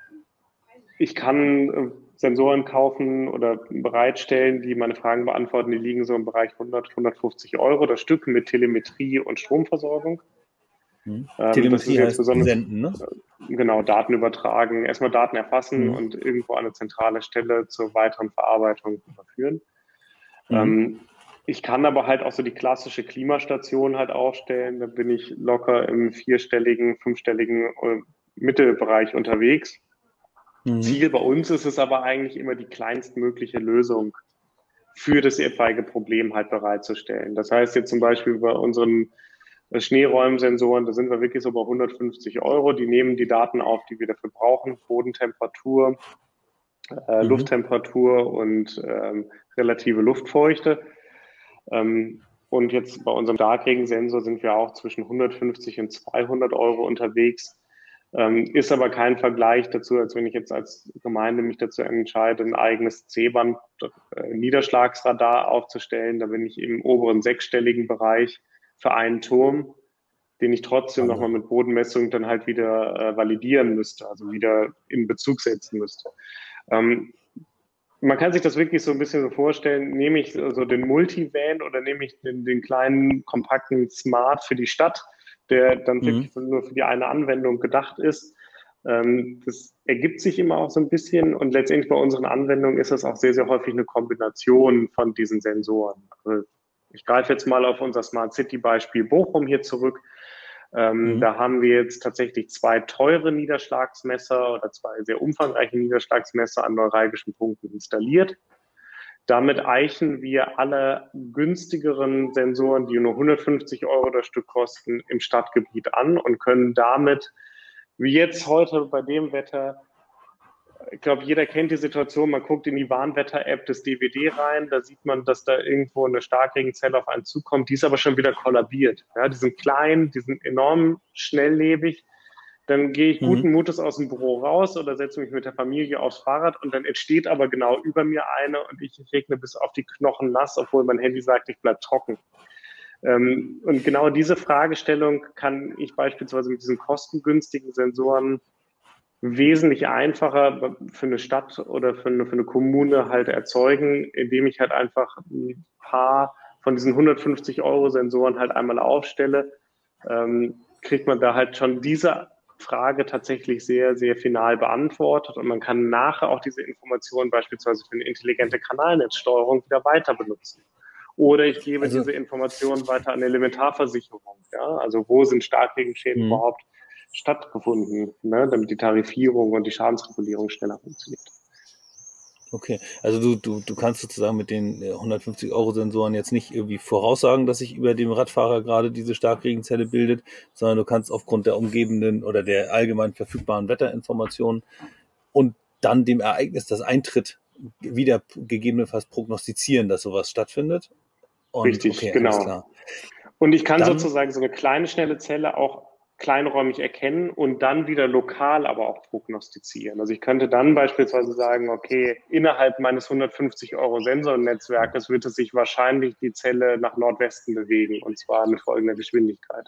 ich kann äh, Sensoren kaufen oder bereitstellen, die meine Fragen beantworten. Die liegen so im Bereich hundert, hundertfünfzig Euro das Stück mit Telemetrie und Stromversorgung. Hm. Ähm, das ist Telemetrie jetzt heißt besonders, senden, ne? äh, genau, Daten übertragen, erstmal Daten erfassen Hm. und irgendwo an eine zentrale Stelle zur weiteren Verarbeitung überführen. Hm. Ähm, ich kann aber halt auch so die klassische Klimastation halt aufstellen. Da bin ich locker im vierstelligen, fünfstelligen äh, Mittelbereich unterwegs. Mhm. Ziel bei uns ist es aber eigentlich immer die kleinstmögliche Lösung für das etwaige Problem halt bereitzustellen. Das heißt jetzt zum Beispiel bei unseren Schneeräumsensoren, da sind wir wirklich so bei hundertfünfzig Euro. Die nehmen die Daten auf, die wir dafür brauchen. Bodentemperatur, äh, Mhm. Lufttemperatur und ähm, relative Luftfeuchte. Ähm, und jetzt bei unserem Starkregensensor sind wir auch zwischen hundertfünfzig und zweihundert Euro unterwegs. Ähm, ist aber kein Vergleich dazu, als wenn ich jetzt als Gemeinde mich dazu entscheide, ein eigenes C-Band-Niederschlagsradar aufzustellen. Da bin ich im oberen sechsstelligen Bereich für einen Turm, den ich trotzdem nochmal Wahnsinn. mit Bodenmessung dann halt wieder äh, validieren müsste, also wieder in Bezug setzen müsste. Ähm, Man kann sich das wirklich so ein bisschen so vorstellen, nehme ich so den Multivan oder nehme ich den, den kleinen, kompakten Smart für die Stadt, der dann Mhm. wirklich nur für die eine Anwendung gedacht ist. Ähm, das ergibt sich immer auch so ein bisschen und letztendlich bei unseren Anwendungen ist das auch sehr, sehr häufig eine Kombination von diesen Sensoren. Also ich greife jetzt mal auf unser Smart City Beispiel Bochum hier zurück. Ähm, Mhm. da haben wir jetzt tatsächlich zwei teure Niederschlagsmesser oder zwei sehr umfangreiche Niederschlagsmesser an neuralgischen Punkten installiert. Damit eichen wir alle günstigeren Sensoren, die nur hundertfünfzig Euro das Stück kosten, im Stadtgebiet an und können damit, wie jetzt heute bei dem Wetter, ich glaube, jeder kennt die Situation, man guckt in die Warnwetter-App des D W D rein, da sieht man, dass da irgendwo eine Starkregenzelle auf einen zukommt, die ist aber schon wieder kollabiert. Ja, die sind klein, die sind enorm schnelllebig. Dann gehe ich Mhm. guten Mutes aus dem Büro raus oder setze mich mit der Familie aufs Fahrrad und dann entsteht aber genau über mir eine und ich regne bis auf die Knochen nass, obwohl mein Handy sagt, ich bleib trocken. Ähm, und genau diese Fragestellung kann ich beispielsweise mit diesen kostengünstigen Sensoren wesentlich einfacher für eine Stadt oder für eine, für eine Kommune halt erzeugen, indem ich halt einfach ein paar von diesen hundertfünfzig Euro Sensoren halt einmal aufstelle, ähm, kriegt man da halt schon diese Frage tatsächlich sehr, sehr final beantwortet und man kann nachher auch diese Informationen beispielsweise für eine intelligente Kanalnetzsteuerung wieder weiter benutzen. Oder ich gebe Also, diese Informationen weiter an eine Elementarversicherung. Ja? Also wo sind Starkregenschäden mhm. überhaupt stattgefunden, ne? Damit die Tarifierung und die Schadensregulierung schneller funktioniert. Okay, also du, du, du kannst sozusagen mit den hundertfünfzig Euro Sensoren jetzt nicht irgendwie voraussagen, dass sich über dem Radfahrer gerade diese Starkregenzelle bildet, sondern du kannst aufgrund der umgebenden oder der allgemein verfügbaren Wetterinformationen und dann dem Ereignis, das eintritt, wieder gegebenenfalls prognostizieren, dass sowas stattfindet. Und Richtig, okay, alles genau. klar. Und ich kann Dann, sozusagen so eine kleine, schnelle Zelle auch kleinräumig erkennen und dann wieder lokal aber auch prognostizieren. Also ich könnte dann beispielsweise sagen, okay, innerhalb meines hundertfünfzig Euro Sensornetzwerkes wird es sich wahrscheinlich die Zelle nach Nordwesten bewegen, und zwar mit folgender Geschwindigkeit,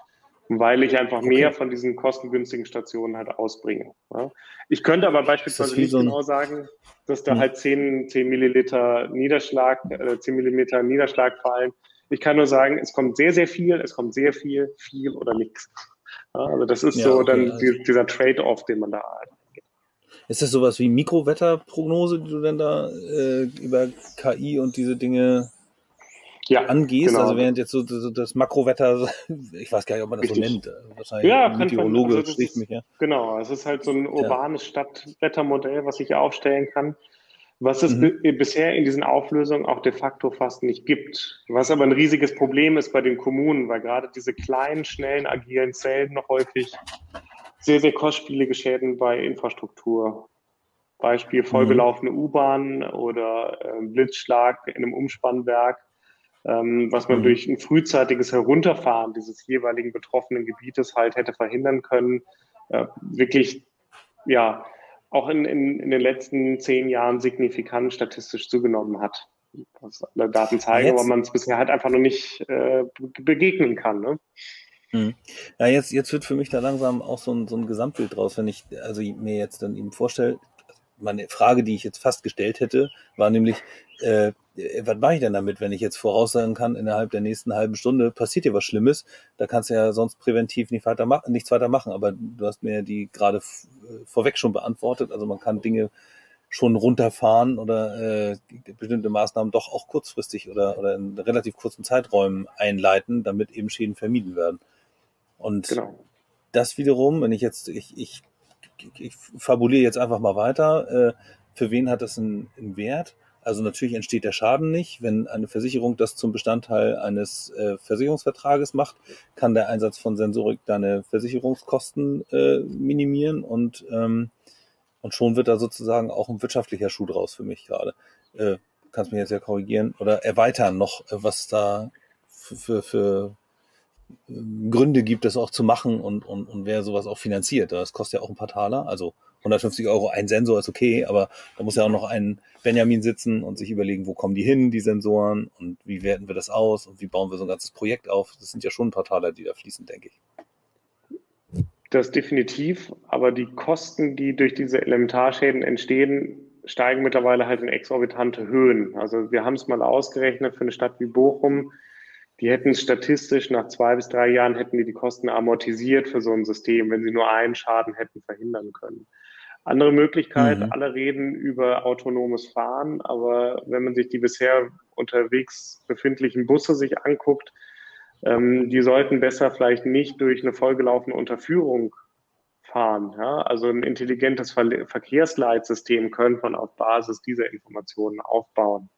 weil ich einfach mehr Okay. von diesen kostengünstigen Stationen halt ausbringe. Ja. Ich könnte aber beispielsweise nicht so ein, genau sagen, dass da hm. halt zehn, zehn Milliliter Niederschlag, äh, zehn Millimeter Niederschlag fallen. Ich kann nur sagen, es kommt sehr, sehr viel, es kommt sehr viel, viel oder nichts. Ja, also das ist Ja, so okay. dann Also die, dieser Trade-off, den man da hat. ist das sowas wie Mikrowetterprognose, die du dann da äh, über K I und diese Dinge Ja, angehst? Also genau, während jetzt so das, das Makrowetter, ich weiß gar nicht, ob man das so richtig. nennt. Wahrscheinlich Ja, könnte man, also Meteorologe das schlägt ist, mich, ja. genau, es ist halt so ein Ja. urbanes Stadtwettermodell, was ich aufstellen kann, was es Mhm. b- bisher in diesen Auflösungen auch de facto fast nicht gibt. Was aber ein riesiges Problem ist bei den Kommunen, weil gerade diese kleinen, schnellen, agilen Zellen noch häufig sehr, sehr kostspielige Schäden bei Infrastruktur. Beispiel Mhm. vollgelaufene U-Bahn oder äh, Blitzschlag in einem Umspannwerk, ähm, was man Mhm. durch ein frühzeitiges Herunterfahren dieses jeweiligen betroffenen Gebietes halt hätte verhindern können, äh, wirklich, ja, auch in, in, in den letzten zehn Jahren signifikant statistisch zugenommen hat. Was alle Daten Ja, zeigen, aber jetzt, man es bisher halt einfach noch nicht äh, begegnen kann. Ne? mhm. Ja, jetzt, jetzt wird für mich da langsam auch so ein, so ein Gesamtbild draus, wenn ich also mir jetzt dann eben vorstelle, meine Frage, die ich jetzt fast gestellt hätte, war nämlich, äh, was mache ich denn damit, wenn ich jetzt voraussagen kann, innerhalb der nächsten halben Stunde passiert dir was Schlimmes, da kannst du ja sonst präventiv nicht weiter machen, nichts weiter machen, aber du hast mir die gerade f- vorweg schon beantwortet, also man kann Dinge schon runterfahren oder äh, bestimmte Maßnahmen doch auch kurzfristig oder, oder in relativ kurzen Zeiträumen einleiten, damit eben Schäden vermieden werden. Und Genau. das wiederum, wenn ich jetzt, ich, ich, ich fabuliere jetzt einfach mal weiter, äh, für wen hat das einen, einen Wert? Also natürlich entsteht der Schaden nicht. Wenn eine Versicherung das zum Bestandteil eines äh, Versicherungsvertrages macht, kann der Einsatz von Sensorik deine Versicherungskosten äh, minimieren und, ähm, und schon wird da sozusagen auch ein wirtschaftlicher Schuh draus für mich gerade. Äh, kannst mich jetzt ja korrigieren oder erweitern noch, äh, was da für, für, für Gründe gibt, das auch zu machen und, und, und wer sowas auch finanziert. Das kostet ja auch ein paar Taler. Also hundertfünfzig Euro ein Sensor ist okay, aber da muss ja auch noch ein Benjamin sitzen und sich überlegen, wo kommen die hin, die Sensoren, und wie werten wir das aus und wie bauen wir so ein ganzes Projekt auf. Das sind ja schon ein paar Taler, die da fließen, denke ich. Das definitiv, aber die Kosten, die durch diese Elementarschäden entstehen, steigen mittlerweile halt in exorbitante Höhen. Also wir haben es mal ausgerechnet für eine Stadt wie Bochum. Die hätten statistisch nach zwei bis drei Jahren hätten die die Kosten amortisiert für so ein System, wenn sie nur einen Schaden hätten verhindern können. Andere Möglichkeit, Mhm. alle reden über autonomes Fahren, aber wenn man sich die bisher unterwegs befindlichen Busse sich anguckt, ähm, die sollten besser vielleicht nicht durch eine vollgelaufene Unterführung fahren. Ja? Also ein intelligentes Ver Verkehrsleitsystem könnte man auf Basis dieser Informationen aufbauen.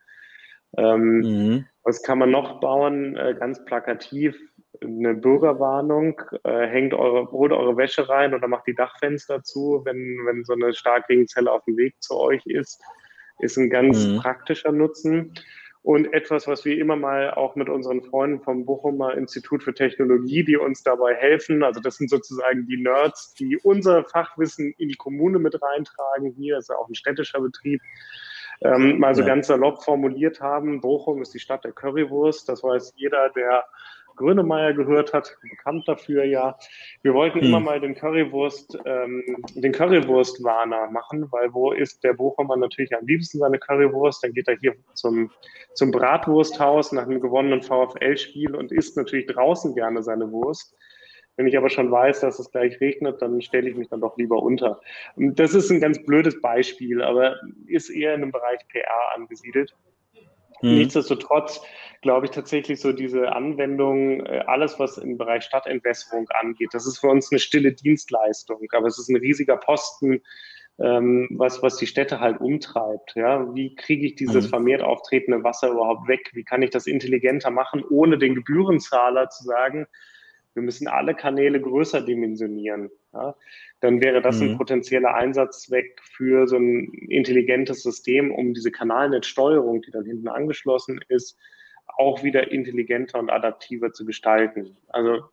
Ähm, Mhm. was kann man noch bauen? Äh, ganz plakativ eine Bürgerwarnung. Äh, hängt eure, holt eure Wäsche rein oder macht die Dachfenster zu, wenn, wenn so eine Starkregenzelle auf dem Weg zu euch ist. Ist ein ganz Mhm. praktischer Nutzen. Und etwas, was wir immer mal auch mit unseren Freunden vom Bochumer Institut für Technologie, die uns dabei helfen, also das sind sozusagen die Nerds, die unser Fachwissen in die Kommune mit reintragen. Hier ist ja auch ein städtischer Betrieb, ähm, mal so Ja. ganz salopp formuliert haben. Bochum ist die Stadt der Currywurst. Das weiß jeder, der Grönemeyer gehört hat, bekannt dafür ja. Wir wollten immer Mhm. mal den Currywurst, ähm, den Currywurst-Warner machen, weil wo isst der Bochumer natürlich am liebsten seine Currywurst? Dann geht er hier zum, zum Bratwursthaus nach einem gewonnenen VfL-Spiel und isst natürlich draußen gerne seine Wurst. Wenn ich aber schon weiß, dass es gleich regnet, dann stelle ich mich dann doch lieber unter. Das ist ein ganz blödes Beispiel, aber ist eher in einem Bereich P R angesiedelt. Mhm. Nichtsdestotrotz glaube ich tatsächlich so diese Anwendung, äh, alles was im Bereich Stadtentwässerung angeht, das ist für uns eine stille Dienstleistung, aber es ist ein riesiger Posten, ähm, was, was die Städte halt umtreibt. Ja? Wie kriege ich dieses Mhm. vermehrt auftretende Wasser überhaupt weg? Wie kann ich das intelligenter machen, ohne den Gebührenzahler zu sagen, wir müssen alle Kanäle größer dimensionieren. Ja? Dann wäre das ein Mhm. potenzieller Einsatzzweck für so ein intelligentes System, um diese Kanalnetzsteuerung, die dann hinten angeschlossen ist, auch wieder intelligenter und adaptiver zu gestalten. Also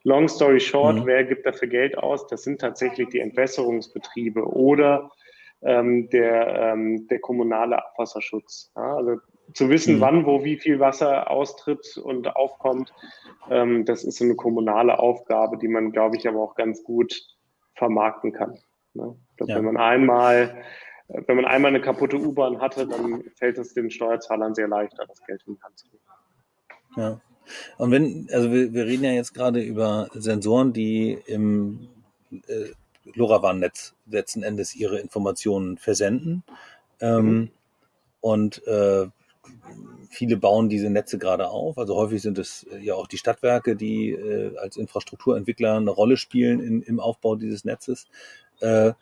Long story short, Mhm. wer gibt dafür Geld aus? Das sind tatsächlich die Entwässerungsbetriebe oder ähm, der, ähm, der kommunale Abwasserschutz. Ja, also zu wissen, Mhm. wann, wo, wie viel Wasser austritt und aufkommt, ähm, das ist so eine kommunale Aufgabe, die man, glaube ich, aber auch ganz gut vermarkten kann. Ne? Ich glaube, wenn Ja, man einmal, wenn man einmal eine kaputte U-Bahn hatte, dann fällt es den Steuerzahlern sehr leicht, da das Geld in die Hand zu nehmen. ja. Und wenn, also wir, wir reden ja jetzt gerade über Sensoren, die im äh, LoRaWAN-Netz letzten Endes ihre Informationen versenden. Mhm. Ähm, und äh, viele bauen diese Netze gerade auf. Also häufig sind es äh, ja auch die Stadtwerke, die äh, als Infrastrukturentwickler eine Rolle spielen in, im Aufbau dieses Netzes. Äh,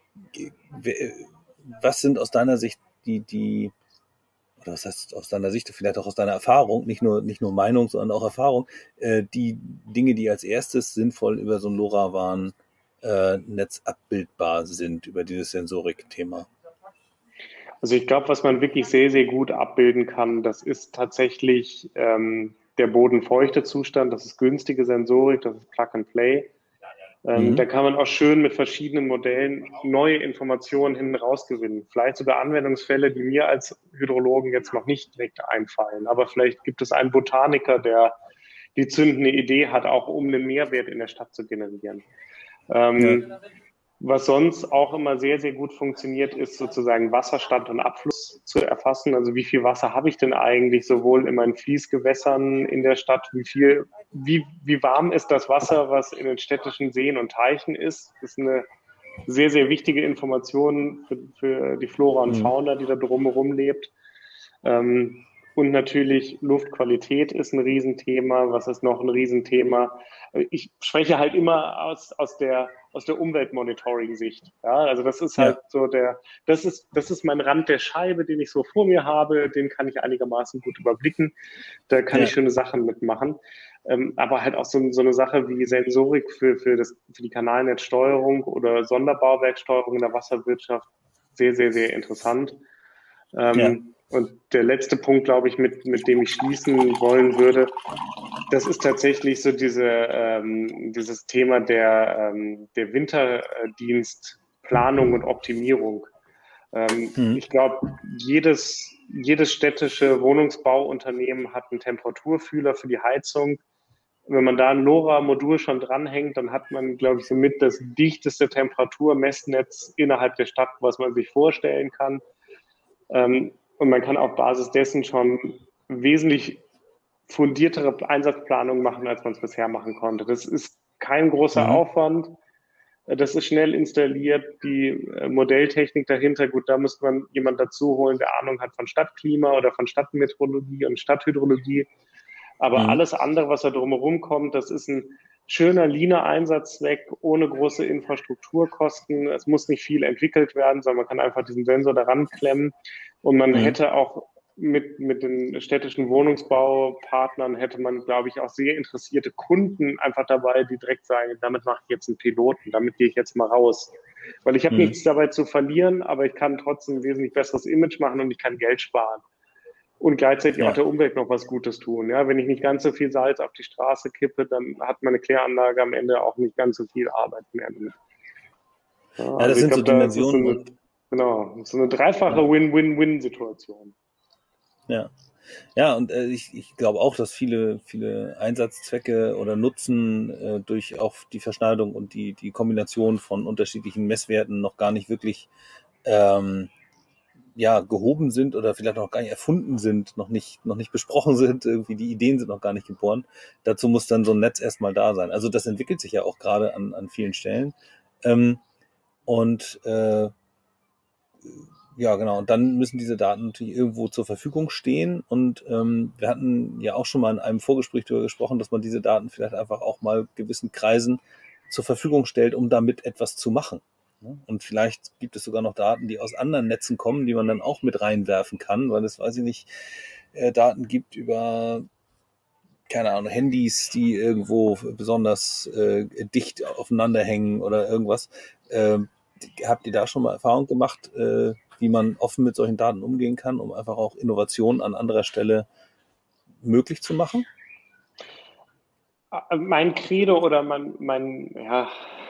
was sind aus deiner Sicht die, die, oder was heißt aus deiner Sicht, vielleicht auch aus deiner Erfahrung, nicht nur, nicht nur Meinung, sondern auch Erfahrung, äh, die Dinge, die als erstes sinnvoll über so ein LoRaWAN-Netz äh, abbildbar sind, über dieses Sensorik-Thema? Also ich glaube, was man wirklich sehr, sehr gut abbilden kann, das ist tatsächlich ähm, der bodenfeuchte Zustand, das ist günstige Sensorik, das ist Plug and Play. Ähm, Mhm. da kann man auch schön mit verschiedenen Modellen neue Informationen hin rausgewinnen. Vielleicht sogar Anwendungsfälle, die mir als Hydrologen jetzt noch nicht direkt einfallen. Aber vielleicht gibt es einen Botaniker, der die zündende Idee hat, auch um einen Mehrwert in der Stadt zu generieren. Ja. Ähm, was sonst auch immer sehr, sehr gut funktioniert, ist sozusagen Wasserstand und Abfluss zu erfassen. Also wie viel Wasser habe ich denn eigentlich sowohl in meinen Fließgewässern in der Stadt, wie viel, wie, wie warm ist das Wasser, was in den städtischen Seen und Teichen ist? Das ist eine sehr, sehr wichtige Information für, für die Flora und Mhm. Fauna, die da drumherum lebt. Ähm, und natürlich Luftqualität ist ein Riesenthema. Was ist noch ein Riesenthema? Ich spreche halt immer aus, aus der, aus der Umweltmonitoring-Sicht. Ja, also das ist halt Ja. so der, das ist, das ist mein Rand der Scheibe, den ich so vor mir habe. Den kann ich einigermaßen gut überblicken. Da kann ich Ja. schöne Sachen mitmachen. Ähm, aber halt auch so, so eine Sache wie Sensorik für, für, das, für die Kanalnetzsteuerung oder Sonderbauwerksteuerung in der Wasserwirtschaft. Sehr, sehr, sehr interessant. Ja. Ähm, und der letzte Punkt, glaube ich, mit, mit dem ich schließen wollen würde, das ist tatsächlich so diese, ähm, dieses Thema der, ähm, der Winterdienstplanung und Optimierung. Ähm, Mhm. ich glaube, jedes, jedes städtische Wohnungsbauunternehmen hat einen Temperaturfühler für die Heizung. Wenn man da ein LoRa-Modul schon dranhängt, dann hat man, glaube ich, somit das dichteste Temperaturmessnetz innerhalb der Stadt, was man sich vorstellen kann. Ähm, und man kann auf Basis dessen schon wesentlich fundiertere Einsatzplanungen machen, als man es bisher machen konnte. Das ist kein großer Mhm. Aufwand. Das ist schnell installiert. Die äh, Modelltechnik dahinter, gut, da müsste man jemand dazu holen, der Ahnung hat von Stadtklima oder von Stadtmeteorologie und Stadthydrologie. Aber Mhm. alles andere, was da drumherum kommt, das ist ein schöner, leaner Einsatzzweck ohne große Infrastrukturkosten. Es muss nicht viel entwickelt werden, sondern man kann einfach diesen Sensor daran klemmen und man Mhm. hätte auch mit, mit den städtischen Wohnungsbaupartnern hätte man, glaube ich, auch sehr interessierte Kunden einfach dabei, die direkt sagen, damit mache ich jetzt einen Piloten, damit gehe ich jetzt mal raus. Weil ich habe Mhm. nichts dabei zu verlieren, aber ich kann trotzdem ein wesentlich besseres Image machen und ich kann Geld sparen und gleichzeitig auch Ja. der Umwelt noch was Gutes tun. Ja, wenn ich nicht ganz so viel Salz auf die Straße kippe, dann hat meine Kläranlage am Ende auch nicht ganz so viel Arbeit mehr damit. Ja, Ja, das also ich sind so glaube, da ist es so Dimensionen eine, und genau, so eine dreifache ja, Win-Win-Win-Situation. ja. Ja, und äh, ich, ich glaube auch, dass viele, viele Einsatzzwecke oder Nutzen äh, durch auch die Verschneidung und die, die Kombination von unterschiedlichen Messwerten noch gar nicht wirklich ähm, ja, gehoben sind oder vielleicht noch gar nicht erfunden sind, noch nicht, noch nicht besprochen sind, irgendwie die Ideen sind noch gar nicht geboren. Dazu muss dann so ein Netz erstmal da sein. Also das entwickelt sich ja auch gerade an, an vielen Stellen. Ähm, und äh, ja, genau. Und dann müssen diese Daten natürlich irgendwo zur Verfügung stehen. Und ähm, wir hatten ja auch schon mal in einem Vorgespräch darüber gesprochen, dass man diese Daten vielleicht einfach auch mal gewissen Kreisen zur Verfügung stellt, um damit etwas zu machen. Ne? Und vielleicht gibt es sogar noch Daten, die aus anderen Netzen kommen, die man dann auch mit reinwerfen kann, weil es, weiß ich nicht, äh, Daten gibt über, keine Ahnung, Handys, die irgendwo besonders äh, dicht aufeinander hängen oder irgendwas. Ähm, habt ihr da schon mal Erfahrung gemacht, äh, wie man offen mit solchen Daten umgehen kann, um einfach auch Innovationen an anderer Stelle möglich zu machen? Mein Credo oder mein, mein, ja,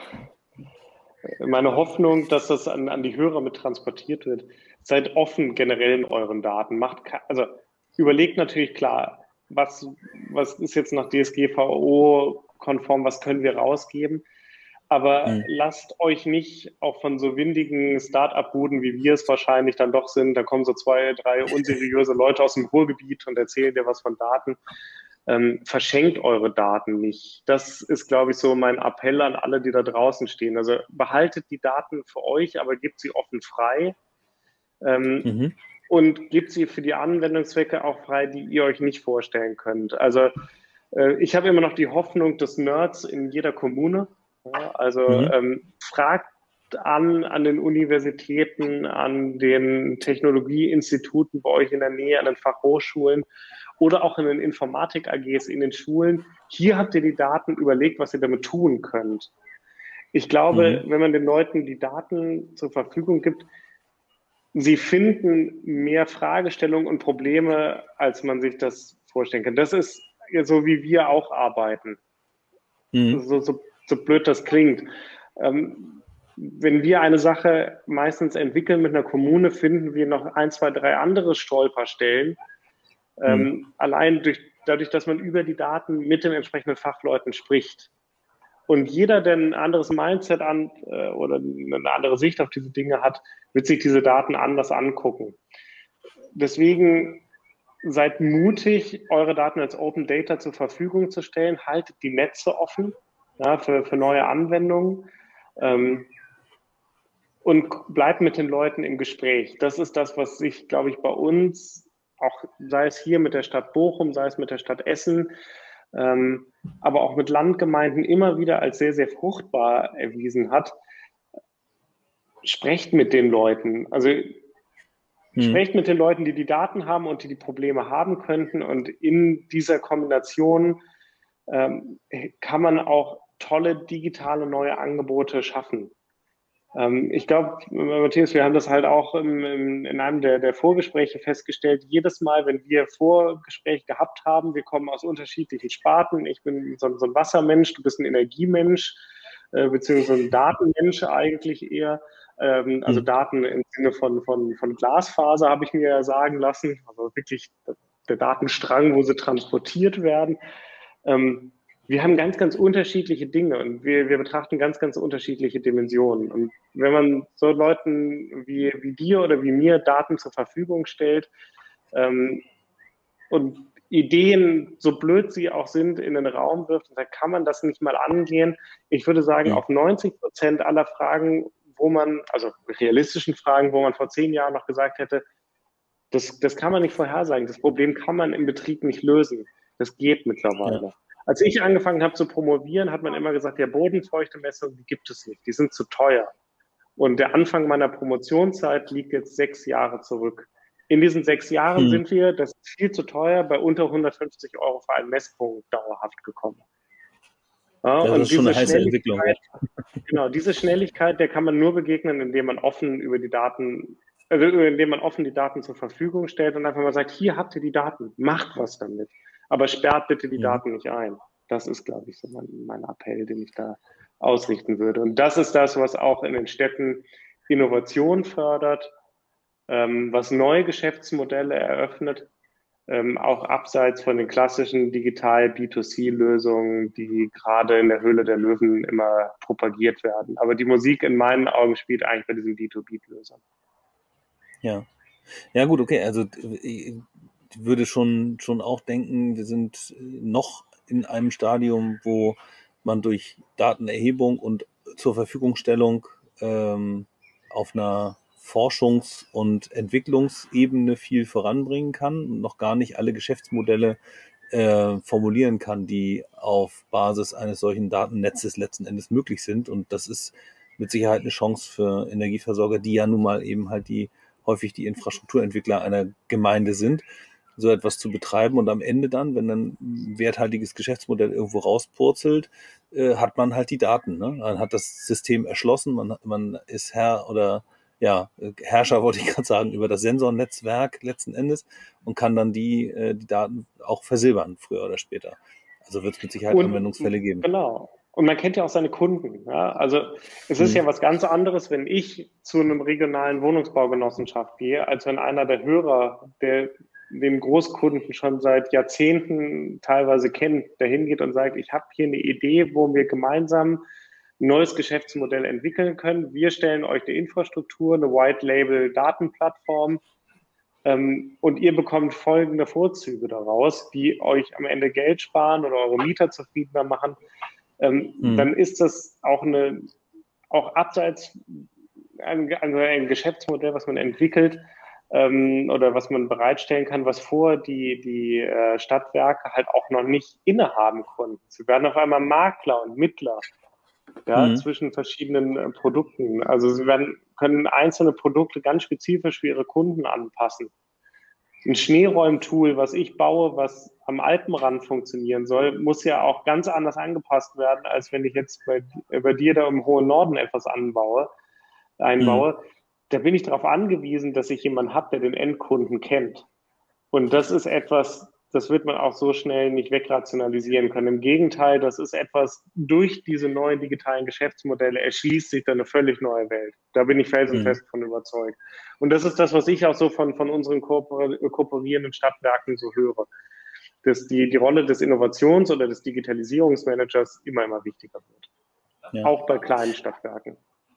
meine Hoffnung, dass das an, an die Hörer mit transportiert wird. Seid offen generell in euren Daten. Macht, also überlegt natürlich klar, was, was ist jetzt nach D S G V O-konform, was können wir rausgeben. Aber Hm. lasst euch nicht auch von so windigen Start-up-Buden, wie wir es wahrscheinlich dann doch sind, da kommen so zwei, drei unseriöse Leute aus dem Ruhrgebiet und erzählen dir was von Daten. Ähm, verschenkt eure Daten nicht. Das ist, glaube ich, so mein Appell an alle, die da draußen stehen. Also behaltet die Daten für euch, aber gebt sie offen frei. Ähm, Mhm. und gebt sie für die Anwendungszwecke auch frei, die ihr euch nicht vorstellen könnt. Also äh, ich habe immer noch die Hoffnung des Nerds in jeder Kommune. Ja, also Mhm. ähm, fragt an an den Universitäten, an den Technologieinstituten bei euch in der Nähe, an den Fachhochschulen oder auch in den Informatik-A Gs in den Schulen. Hier habt ihr die Daten, überlegt, was ihr damit tun könnt. Ich glaube, Mhm. wenn man den Leuten die Daten zur Verfügung gibt, sie finden mehr Fragestellungen und Probleme, als man sich das vorstellen kann. Das ist ja so, wie wir auch arbeiten. Mhm. So, so, so blöd das klingt. Ähm, wenn wir eine Sache meistens entwickeln mit einer Kommune, finden wir noch ein, zwei, drei andere Stolperstellen. Mhm. Ähm, allein durch, dadurch, dass man über die Daten mit den entsprechenden Fachleuten spricht. Und jeder, der ein anderes Mindset an äh, oder eine andere Sicht auf diese Dinge hat, wird sich diese Daten anders angucken. Deswegen seid mutig, eure Daten als Open Data zur Verfügung zu stellen. Haltet die Netze offen, ja, für, für neue Anwendungen. Ähm, und bleibt mit den Leuten im Gespräch. Das ist das, was sich, glaube ich, bei uns, auch sei es hier mit der Stadt Bochum, sei es mit der Stadt Essen, ähm, aber auch mit Landgemeinden immer wieder als sehr, sehr fruchtbar erwiesen hat. Sprecht mit den Leuten. Also Mhm. sprecht mit den Leuten, die die Daten haben und die die Probleme haben könnten. Und in dieser Kombination ähm, kann man auch tolle digitale neue Angebote schaffen. Ähm, ich glaube, Matthias, wir haben das halt auch im, im, in einem der, der Vorgespräche festgestellt. Jedes Mal, wenn wir Vorgespräche gehabt haben, wir kommen aus unterschiedlichen Sparten. Ich bin so, so ein Wassermensch, du bist ein Energiemensch, äh, beziehungsweise ein Datenmensch eigentlich eher. Ähm, also Mhm. Daten im Sinne von, von, von Glasfaser habe ich mir ja sagen lassen. Also wirklich der Datenstrang, wo sie transportiert werden. Ähm, wir haben ganz, ganz unterschiedliche Dinge und wir, wir betrachten ganz, ganz unterschiedliche Dimensionen. Und wenn man so Leuten wie, wie dir oder wie mir Daten zur Verfügung stellt ähm, und Ideen, so blöd sie auch sind, in den Raum wirft, da kann man das nicht mal angehen. Ich würde sagen, Mhm. auf neunzig Prozent aller Fragen, wo man, also realistischen Fragen, wo man vor zehn Jahren noch gesagt hätte, das, das kann man nicht vorhersagen. Das Problem kann man im Betrieb nicht lösen. Das geht Ja. mittlerweile. Als ich angefangen habe zu promovieren, hat man immer gesagt, ja, Bodenfeuchtemessungen, die gibt es nicht. Die sind zu teuer. Und der Anfang meiner Promotionszeit liegt jetzt sechs Jahre zurück. In diesen sechs Jahren Mhm. sind wir, das ist viel zu teuer, bei unter hundertfünfzig Euro für einen Messpunkt dauerhaft gekommen. Ja, Das und ist schon diese eine heiße Entwicklung, ja. Schnelligkeit, genau, diese Schnelligkeit, der kann man nur begegnen, indem man offen über die Daten, also indem man offen die Daten zur Verfügung stellt und einfach mal sagt, hier habt ihr die Daten, macht was damit. Aber sperrt bitte die Mhm. Daten nicht ein. Das ist, glaube ich, so mein, mein Appell, den ich da ausrichten würde. Und das ist das, was auch in den Städten Innovation fördert, ähm, was neue Geschäftsmodelle eröffnet, ähm, auch abseits von den klassischen digital B zwei C-Lösungen, die gerade in der Höhle der Löwen immer propagiert werden. Aber die Musik in meinen Augen spielt eigentlich bei diesen B zwei B-Lösungen. Ja. Ja, gut, okay. Also ich würde schon, schon auch denken, wir sind noch in einem Stadium, wo man durch Datenerhebung und zur Verfügungstellung ähm, auf einer Forschungs- und Entwicklungsebene viel voranbringen kann und noch gar nicht alle Geschäftsmodelle äh, formulieren kann, die auf Basis eines solchen Datennetzes letzten Endes möglich sind. Und das ist mit Sicherheit eine Chance für Energieversorger, die ja nun mal eben halt die häufig die Infrastrukturentwickler einer Gemeinde sind, so etwas zu betreiben. Und am Ende dann, wenn dann ein werthaltiges Geschäftsmodell irgendwo rauspurzelt, äh, hat man halt die Daten. Ne? Man hat das System erschlossen, man, man ist Herr oder ja, Herrscher wollte ich gerade sagen, über das Sensornetzwerk letzten Endes und kann dann die, äh, die Daten auch versilbern, früher oder später. Also wird es mit Sicherheit Und Anwendungsfälle geben. genau. Und man kennt ja auch seine Kunden. Ja? Also es ist ja was ganz anderes, wenn ich zu einem regionalen Wohnungsbaugenossenschaft gehe, als wenn einer der Hörer, der den Großkunden schon seit Jahrzehnten teilweise kennt, der hingeht und sagt, ich habe hier eine Idee, wo wir gemeinsam ein neues Geschäftsmodell entwickeln können. Wir stellen euch eine Infrastruktur, eine White-Label-Datenplattform, ähm, und ihr bekommt folgende Vorzüge daraus, die euch am Ende Geld sparen oder eure Mieter zufriedener machen. Ähm, mhm. Dann ist das auch eine, auch abseits ein, also ein Geschäftsmodell, was man entwickelt ähm, oder was man bereitstellen kann, was vor die, die äh, Stadtwerke halt auch noch nicht innehaben konnten. Sie werden auf einmal Makler und Mittler, ja, mhm. zwischen verschiedenen äh, Produkten. Also sie werden, können einzelne Produkte ganz spezifisch für ihre Kunden anpassen. Ein Schneeräumtool, was ich baue, was am Alpenrand funktionieren soll, muss ja auch ganz anders angepasst werden, als wenn ich jetzt bei, bei dir da im hohen Norden etwas anbaue, einbaue. Mhm. Da bin ich darauf angewiesen, dass ich jemanden habe, der den Endkunden kennt. Und das ist etwas, das wird man auch so schnell nicht wegrationalisieren können. Im Gegenteil, das ist etwas, durch diese neuen digitalen Geschäftsmodelle erschließt sich da eine völlig neue Welt. Da bin ich felsenfest mhm. von überzeugt. Und das ist das, was ich auch so von, von unseren kooper kooperierenden Stadtwerken so höre. Dass die, die Rolle des Innovations- oder des Digitalisierungsmanagers immer, immer wichtiger wird. Ja. Auch bei kleinen Stadtwerken.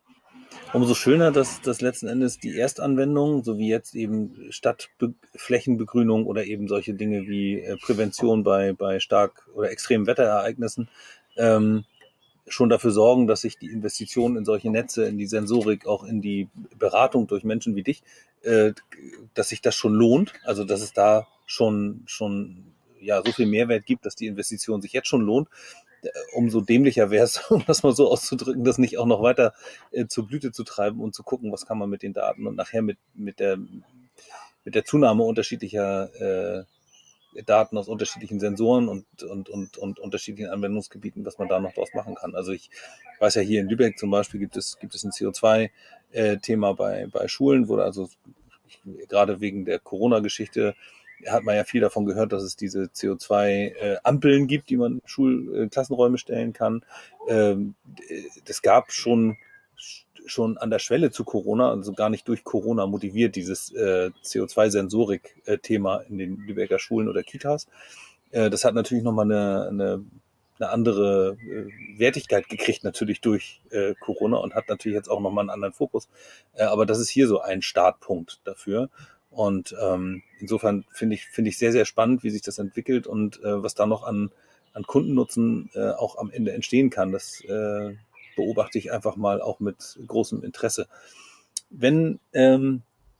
Umso schöner, dass, dass letzten Endes die Erstanwendungen, so wie jetzt eben Stadtflächenbegrünung oder eben solche Dinge wie äh, Prävention bei, bei stark oder extremen Wetterereignissen, ähm, schon dafür sorgen, dass sich die Investitionen in solche Netze, in die Sensorik, auch in die Beratung durch Menschen wie dich, äh, dass sich das schon lohnt. Also dass es da schon, schon ja, so viel Mehrwert gibt, dass die Investition sich jetzt schon lohnt. Umso dämlicher wäre es, um das mal so auszudrücken, das nicht auch noch weiter äh, zur Blüte zu treiben und zu gucken, was kann man mit den Daten und nachher mit, mit, der, mit der Zunahme unterschiedlicher äh, Daten aus unterschiedlichen Sensoren und, und, und, und unterschiedlichen Anwendungsgebieten, was man da noch draus machen kann. Also ich weiß ja, hier in Lübeck zum Beispiel gibt es, gibt es ein C O zwei Thema bei, bei Schulen, wo also gerade wegen der Corona-Geschichte hat man ja viel davon gehört, dass es diese C O zwei Ampeln gibt, die man in Schulklassenräume stellen kann. Ähm, das gab schon schon an der Schwelle zu Corona, also gar nicht durch Corona motiviert, dieses äh, C O zwei Sensorik-Thema in den Lübecker Schulen oder Kitas. Äh, das hat natürlich nochmal eine, eine, eine andere äh, Wertigkeit gekriegt, natürlich durch äh, Corona und hat natürlich jetzt auch nochmal einen anderen Fokus. Äh, aber das ist hier so ein Startpunkt dafür. Und ähm, insofern finde ich, finde ich sehr, sehr spannend, wie sich das entwickelt und äh, was da noch an, an Kundennutzen äh, auch am Ende entstehen kann. Das äh, beobachte ich einfach mal auch mit großem Interesse. Wenn, ähm,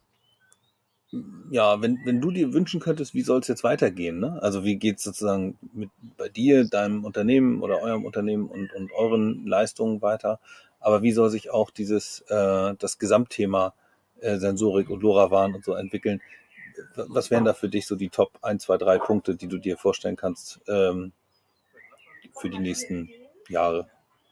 ja, wenn, wenn du dir wünschen könntest, wie soll es jetzt weitergehen, ne? Also wie geht es sozusagen mit bei dir, deinem Unternehmen oder eurem Unternehmen und, und euren Leistungen weiter? Aber wie soll sich auch dieses, äh, das Gesamtthema äh, Sensorik und LoRaWAN und so entwickeln? Was wären da für dich so die Top eins, zwei, drei Punkte, die du dir vorstellen kannst ähm, für die nächsten Jahre?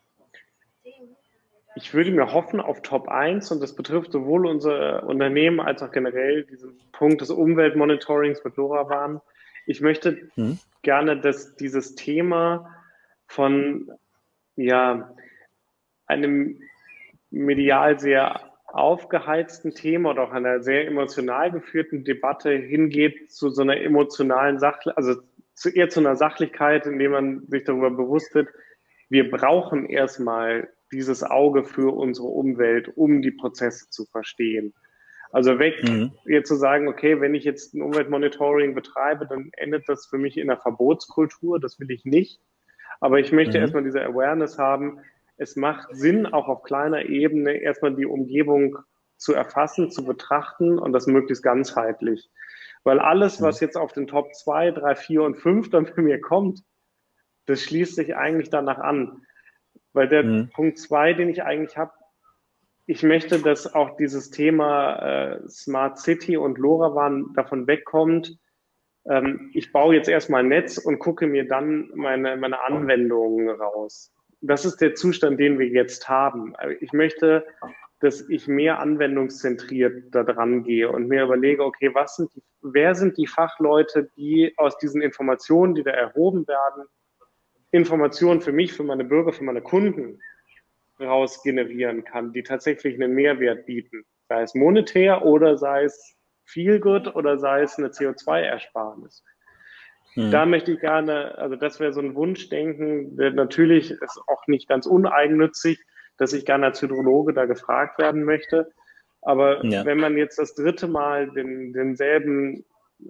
Ich würde mir hoffen auf Top eins und das betrifft sowohl unser Unternehmen als auch generell diesen Punkt des Umweltmonitorings mit LoRaWAN. Ich möchte hm. gerne, dass dieses Thema von ja, einem medial sehr aufgeheizten Thema oder auch einer sehr emotional geführten Debatte hingeht zu so einer emotionalen Sachlichkeit, also zu, eher zu einer Sachlichkeit, indem man sich darüber bewusst wird, wir brauchen erstmal dieses Auge für unsere Umwelt, um die Prozesse zu verstehen. Also weg, mhm. jetzt zu sagen, okay, wenn ich jetzt ein Umweltmonitoring betreibe, dann endet das für mich in einer Verbotskultur, das will ich nicht. Aber ich möchte mhm. erstmal diese Awareness haben, es macht Sinn, auch auf kleiner Ebene erstmal die Umgebung zu erfassen, zu betrachten und das möglichst ganzheitlich. Weil alles, was jetzt auf den Top zwei, drei, vier und fünf dann für mir kommt, das schließt sich eigentlich danach an. Weil der mhm. Punkt zwei, den ich eigentlich habe, ich möchte, dass auch dieses Thema äh, Smart City und LoRaWAN davon wegkommt. Ähm, ich baue jetzt erstmal ein Netz und gucke mir dann meine, meine Anwendungen raus. Das ist der Zustand, den wir jetzt haben. Ich möchte, dass ich mehr anwendungszentriert da dran gehe und mir überlege, okay, was sind die, wer sind die Fachleute, die aus diesen Informationen, die da erhoben werden, Informationen für mich, für meine Bürger, für meine Kunden raus generieren kann, die tatsächlich einen Mehrwert bieten, sei es monetär oder sei es Feel Good oder sei es eine C O zwei Ersparnis. Mhm. Da möchte ich gerne, also das wäre so ein Wunschdenken, der natürlich ist auch nicht ganz uneigennützig, dass ich gerne als Hydrologe da gefragt werden möchte. Aber ja. wenn man jetzt das dritte Mal den, denselben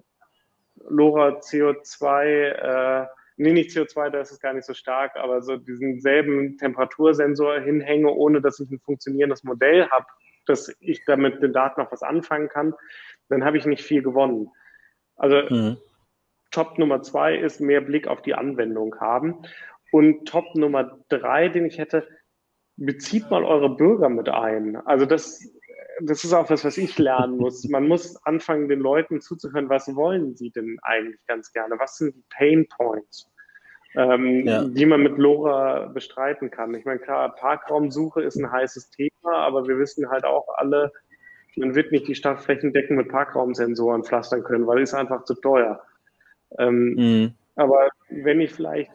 LoRa C O zwei, äh, nee, nicht C O zwei, da ist es gar nicht so stark, aber so diesen selben Temperatursensor hinhänge, ohne dass ich ein funktionierendes Modell habe, dass ich damit den Daten noch was anfangen kann, dann habe ich nicht viel gewonnen. Also mhm. Top Nummer zwei ist mehr Blick auf die Anwendung haben. Und Top Nummer drei, den ich hätte, bezieht mal eure Bürger mit ein. Also das, das ist auch was, was ich lernen muss. Man muss anfangen, den Leuten zuzuhören, was wollen sie denn eigentlich ganz gerne? Was sind die Pain Points, ähm, ja. die man mit LoRa bestreiten kann? Ich meine, klar, Parkraumsuche ist ein heißes Thema, aber wir wissen halt auch alle, man wird nicht die Stadt flächendeckend mit Parkraumsensoren pflastern können, weil es einfach zu teuer. Ähm, mhm. Aber wenn ich vielleicht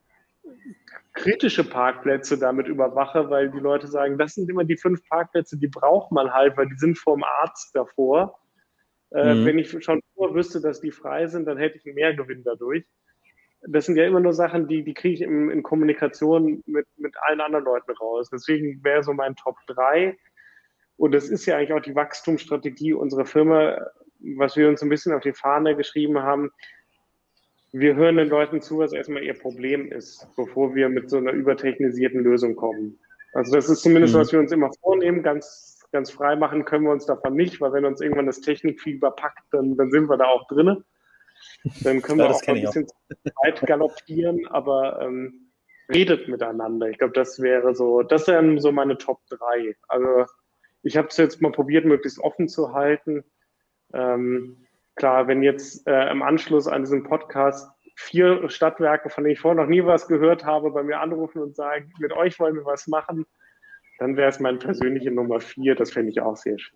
kritische Parkplätze damit überwache, weil die Leute sagen, das sind immer die fünf Parkplätze, die braucht man halt, weil die sind vorm Arzt davor. Äh, mhm. Wenn ich schon vorher wüsste, dass die frei sind, dann hätte ich einen Mehrgewinn dadurch. Das sind ja immer nur Sachen, die, die kriege ich in, in Kommunikation mit, mit allen anderen Leuten raus. Deswegen wäre so mein Top drei. Und das ist ja eigentlich auch die Wachstumsstrategie unserer Firma, was wir uns ein bisschen auf die Fahne geschrieben haben. Wir hören den Leuten zu, was erstmal ihr Problem ist, bevor wir mit so einer übertechnisierten Lösung kommen. Also das ist zumindest, mhm. was wir uns immer vornehmen. Ganz, ganz frei machen können wir uns davon nicht, weil wenn uns irgendwann das Technikfieber packt, dann, dann sind wir da auch drin. Dann können ja, wir auch ein bisschen weit galoppieren, aber ähm, redet miteinander. Ich glaube, das wäre so, das wären so meine Top drei. Also ich habe es jetzt mal probiert, möglichst offen zu halten. Ähm, Klar, wenn jetzt äh, im Anschluss an diesem Podcast vier Stadtwerke, von denen ich vorher noch nie was gehört habe, bei mir anrufen und sagen, mit euch wollen wir was machen, dann wäre es meine persönliche Nummer vier. Das fände ich auch sehr schön.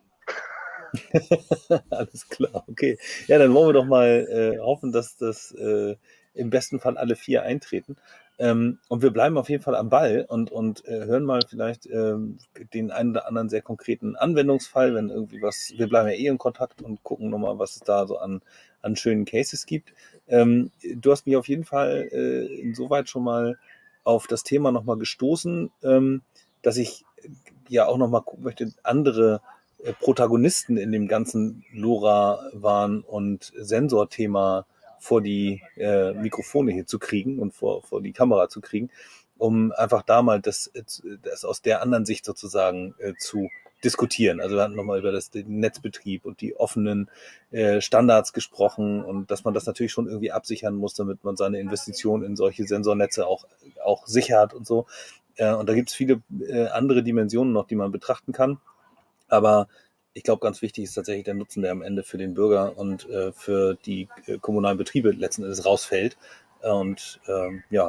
Alles klar, okay. Ja, dann wollen wir doch mal äh, hoffen, dass das äh, im besten Fall alle vier eintreten. Ähm, und wir bleiben auf jeden Fall am Ball und, und äh, hören mal vielleicht ähm, den einen oder anderen sehr konkreten Anwendungsfall, wenn irgendwie was, wir bleiben ja eh in Kontakt und gucken nochmal, was es da so an, an schönen Cases gibt. Ähm, du hast mich auf jeden Fall äh, insoweit schon mal auf das Thema nochmal gestoßen, ähm, dass ich ja auch nochmal gucken möchte, andere äh, Protagonisten in dem ganzen LoRaWAN und Sensorthema vor die äh, Mikrofone hier zu kriegen und vor, vor die Kamera zu kriegen, um einfach da mal das, das aus der anderen Sicht sozusagen äh, zu diskutieren. Also wir hatten nochmal über das, den Netzbetrieb und die offenen äh, Standards gesprochen und dass man das natürlich schon irgendwie absichern muss, damit man seine Investition in solche Sensornetze auch, auch sichert und so. Äh, und da gibt es viele äh, andere Dimensionen noch, die man betrachten kann. Aber ich glaube, ganz wichtig ist tatsächlich der Nutzen, der am Ende für den Bürger und äh, für die äh, kommunalen Betriebe letzten Endes rausfällt. Und ähm, ja,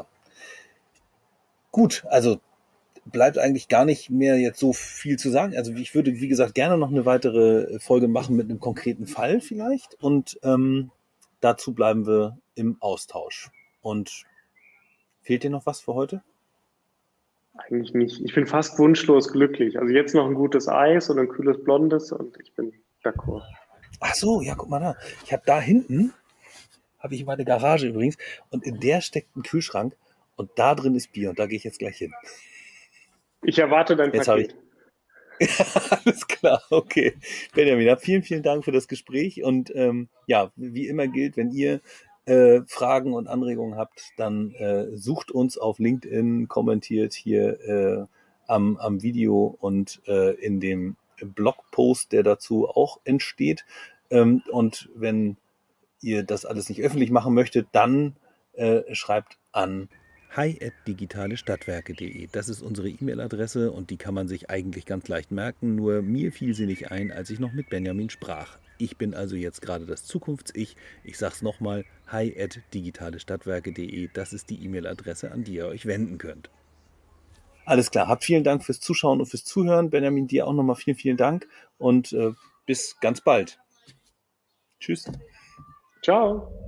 gut, also bleibt eigentlich gar nicht mehr jetzt so viel zu sagen. Also ich würde, wie gesagt, gerne noch eine weitere Folge machen mit einem konkreten Fall vielleicht. Und ähm, dazu bleiben wir im Austausch. Und fehlt dir noch was für heute? Eigentlich nicht. Ich bin fast wunschlos glücklich. Also jetzt noch ein gutes Eis und ein kühles Blondes und ich bin d'accord. Ach so, ja, guck mal da. Ich habe da hinten, habe ich meine Garage übrigens, und in der steckt ein Kühlschrank und da drin ist Bier und da gehe ich jetzt gleich hin. Ich erwarte dein jetzt Paket. Ich... Alles klar, okay. Benjamin, vielen, vielen Dank für das Gespräch und ähm, ja, wie immer gilt, wenn ihr Äh, Fragen und Anregungen habt, dann äh, sucht uns auf LinkedIn, kommentiert hier äh, am, am Video und äh, in dem Blogpost, der dazu auch entsteht. Ähm, und wenn ihr das alles nicht öffentlich machen möchtet, dann äh, schreibt an hi at digitale stadtwerke punkt de. Das ist unsere E-Mail-Adresse und die kann man sich eigentlich ganz leicht merken, nur mir fiel sie nicht ein, als ich noch mit Benjamin sprach. Ich bin also jetzt gerade das Zukunfts-Ich. Ich sag's nochmal, hi at digitale stadtwerke punkt de. Das ist die E-Mail-Adresse, an die ihr euch wenden könnt. Alles klar, habt vielen Dank fürs Zuschauen und fürs Zuhören. Benjamin, dir auch nochmal vielen, vielen Dank und äh, bis ganz bald. Tschüss. Ciao.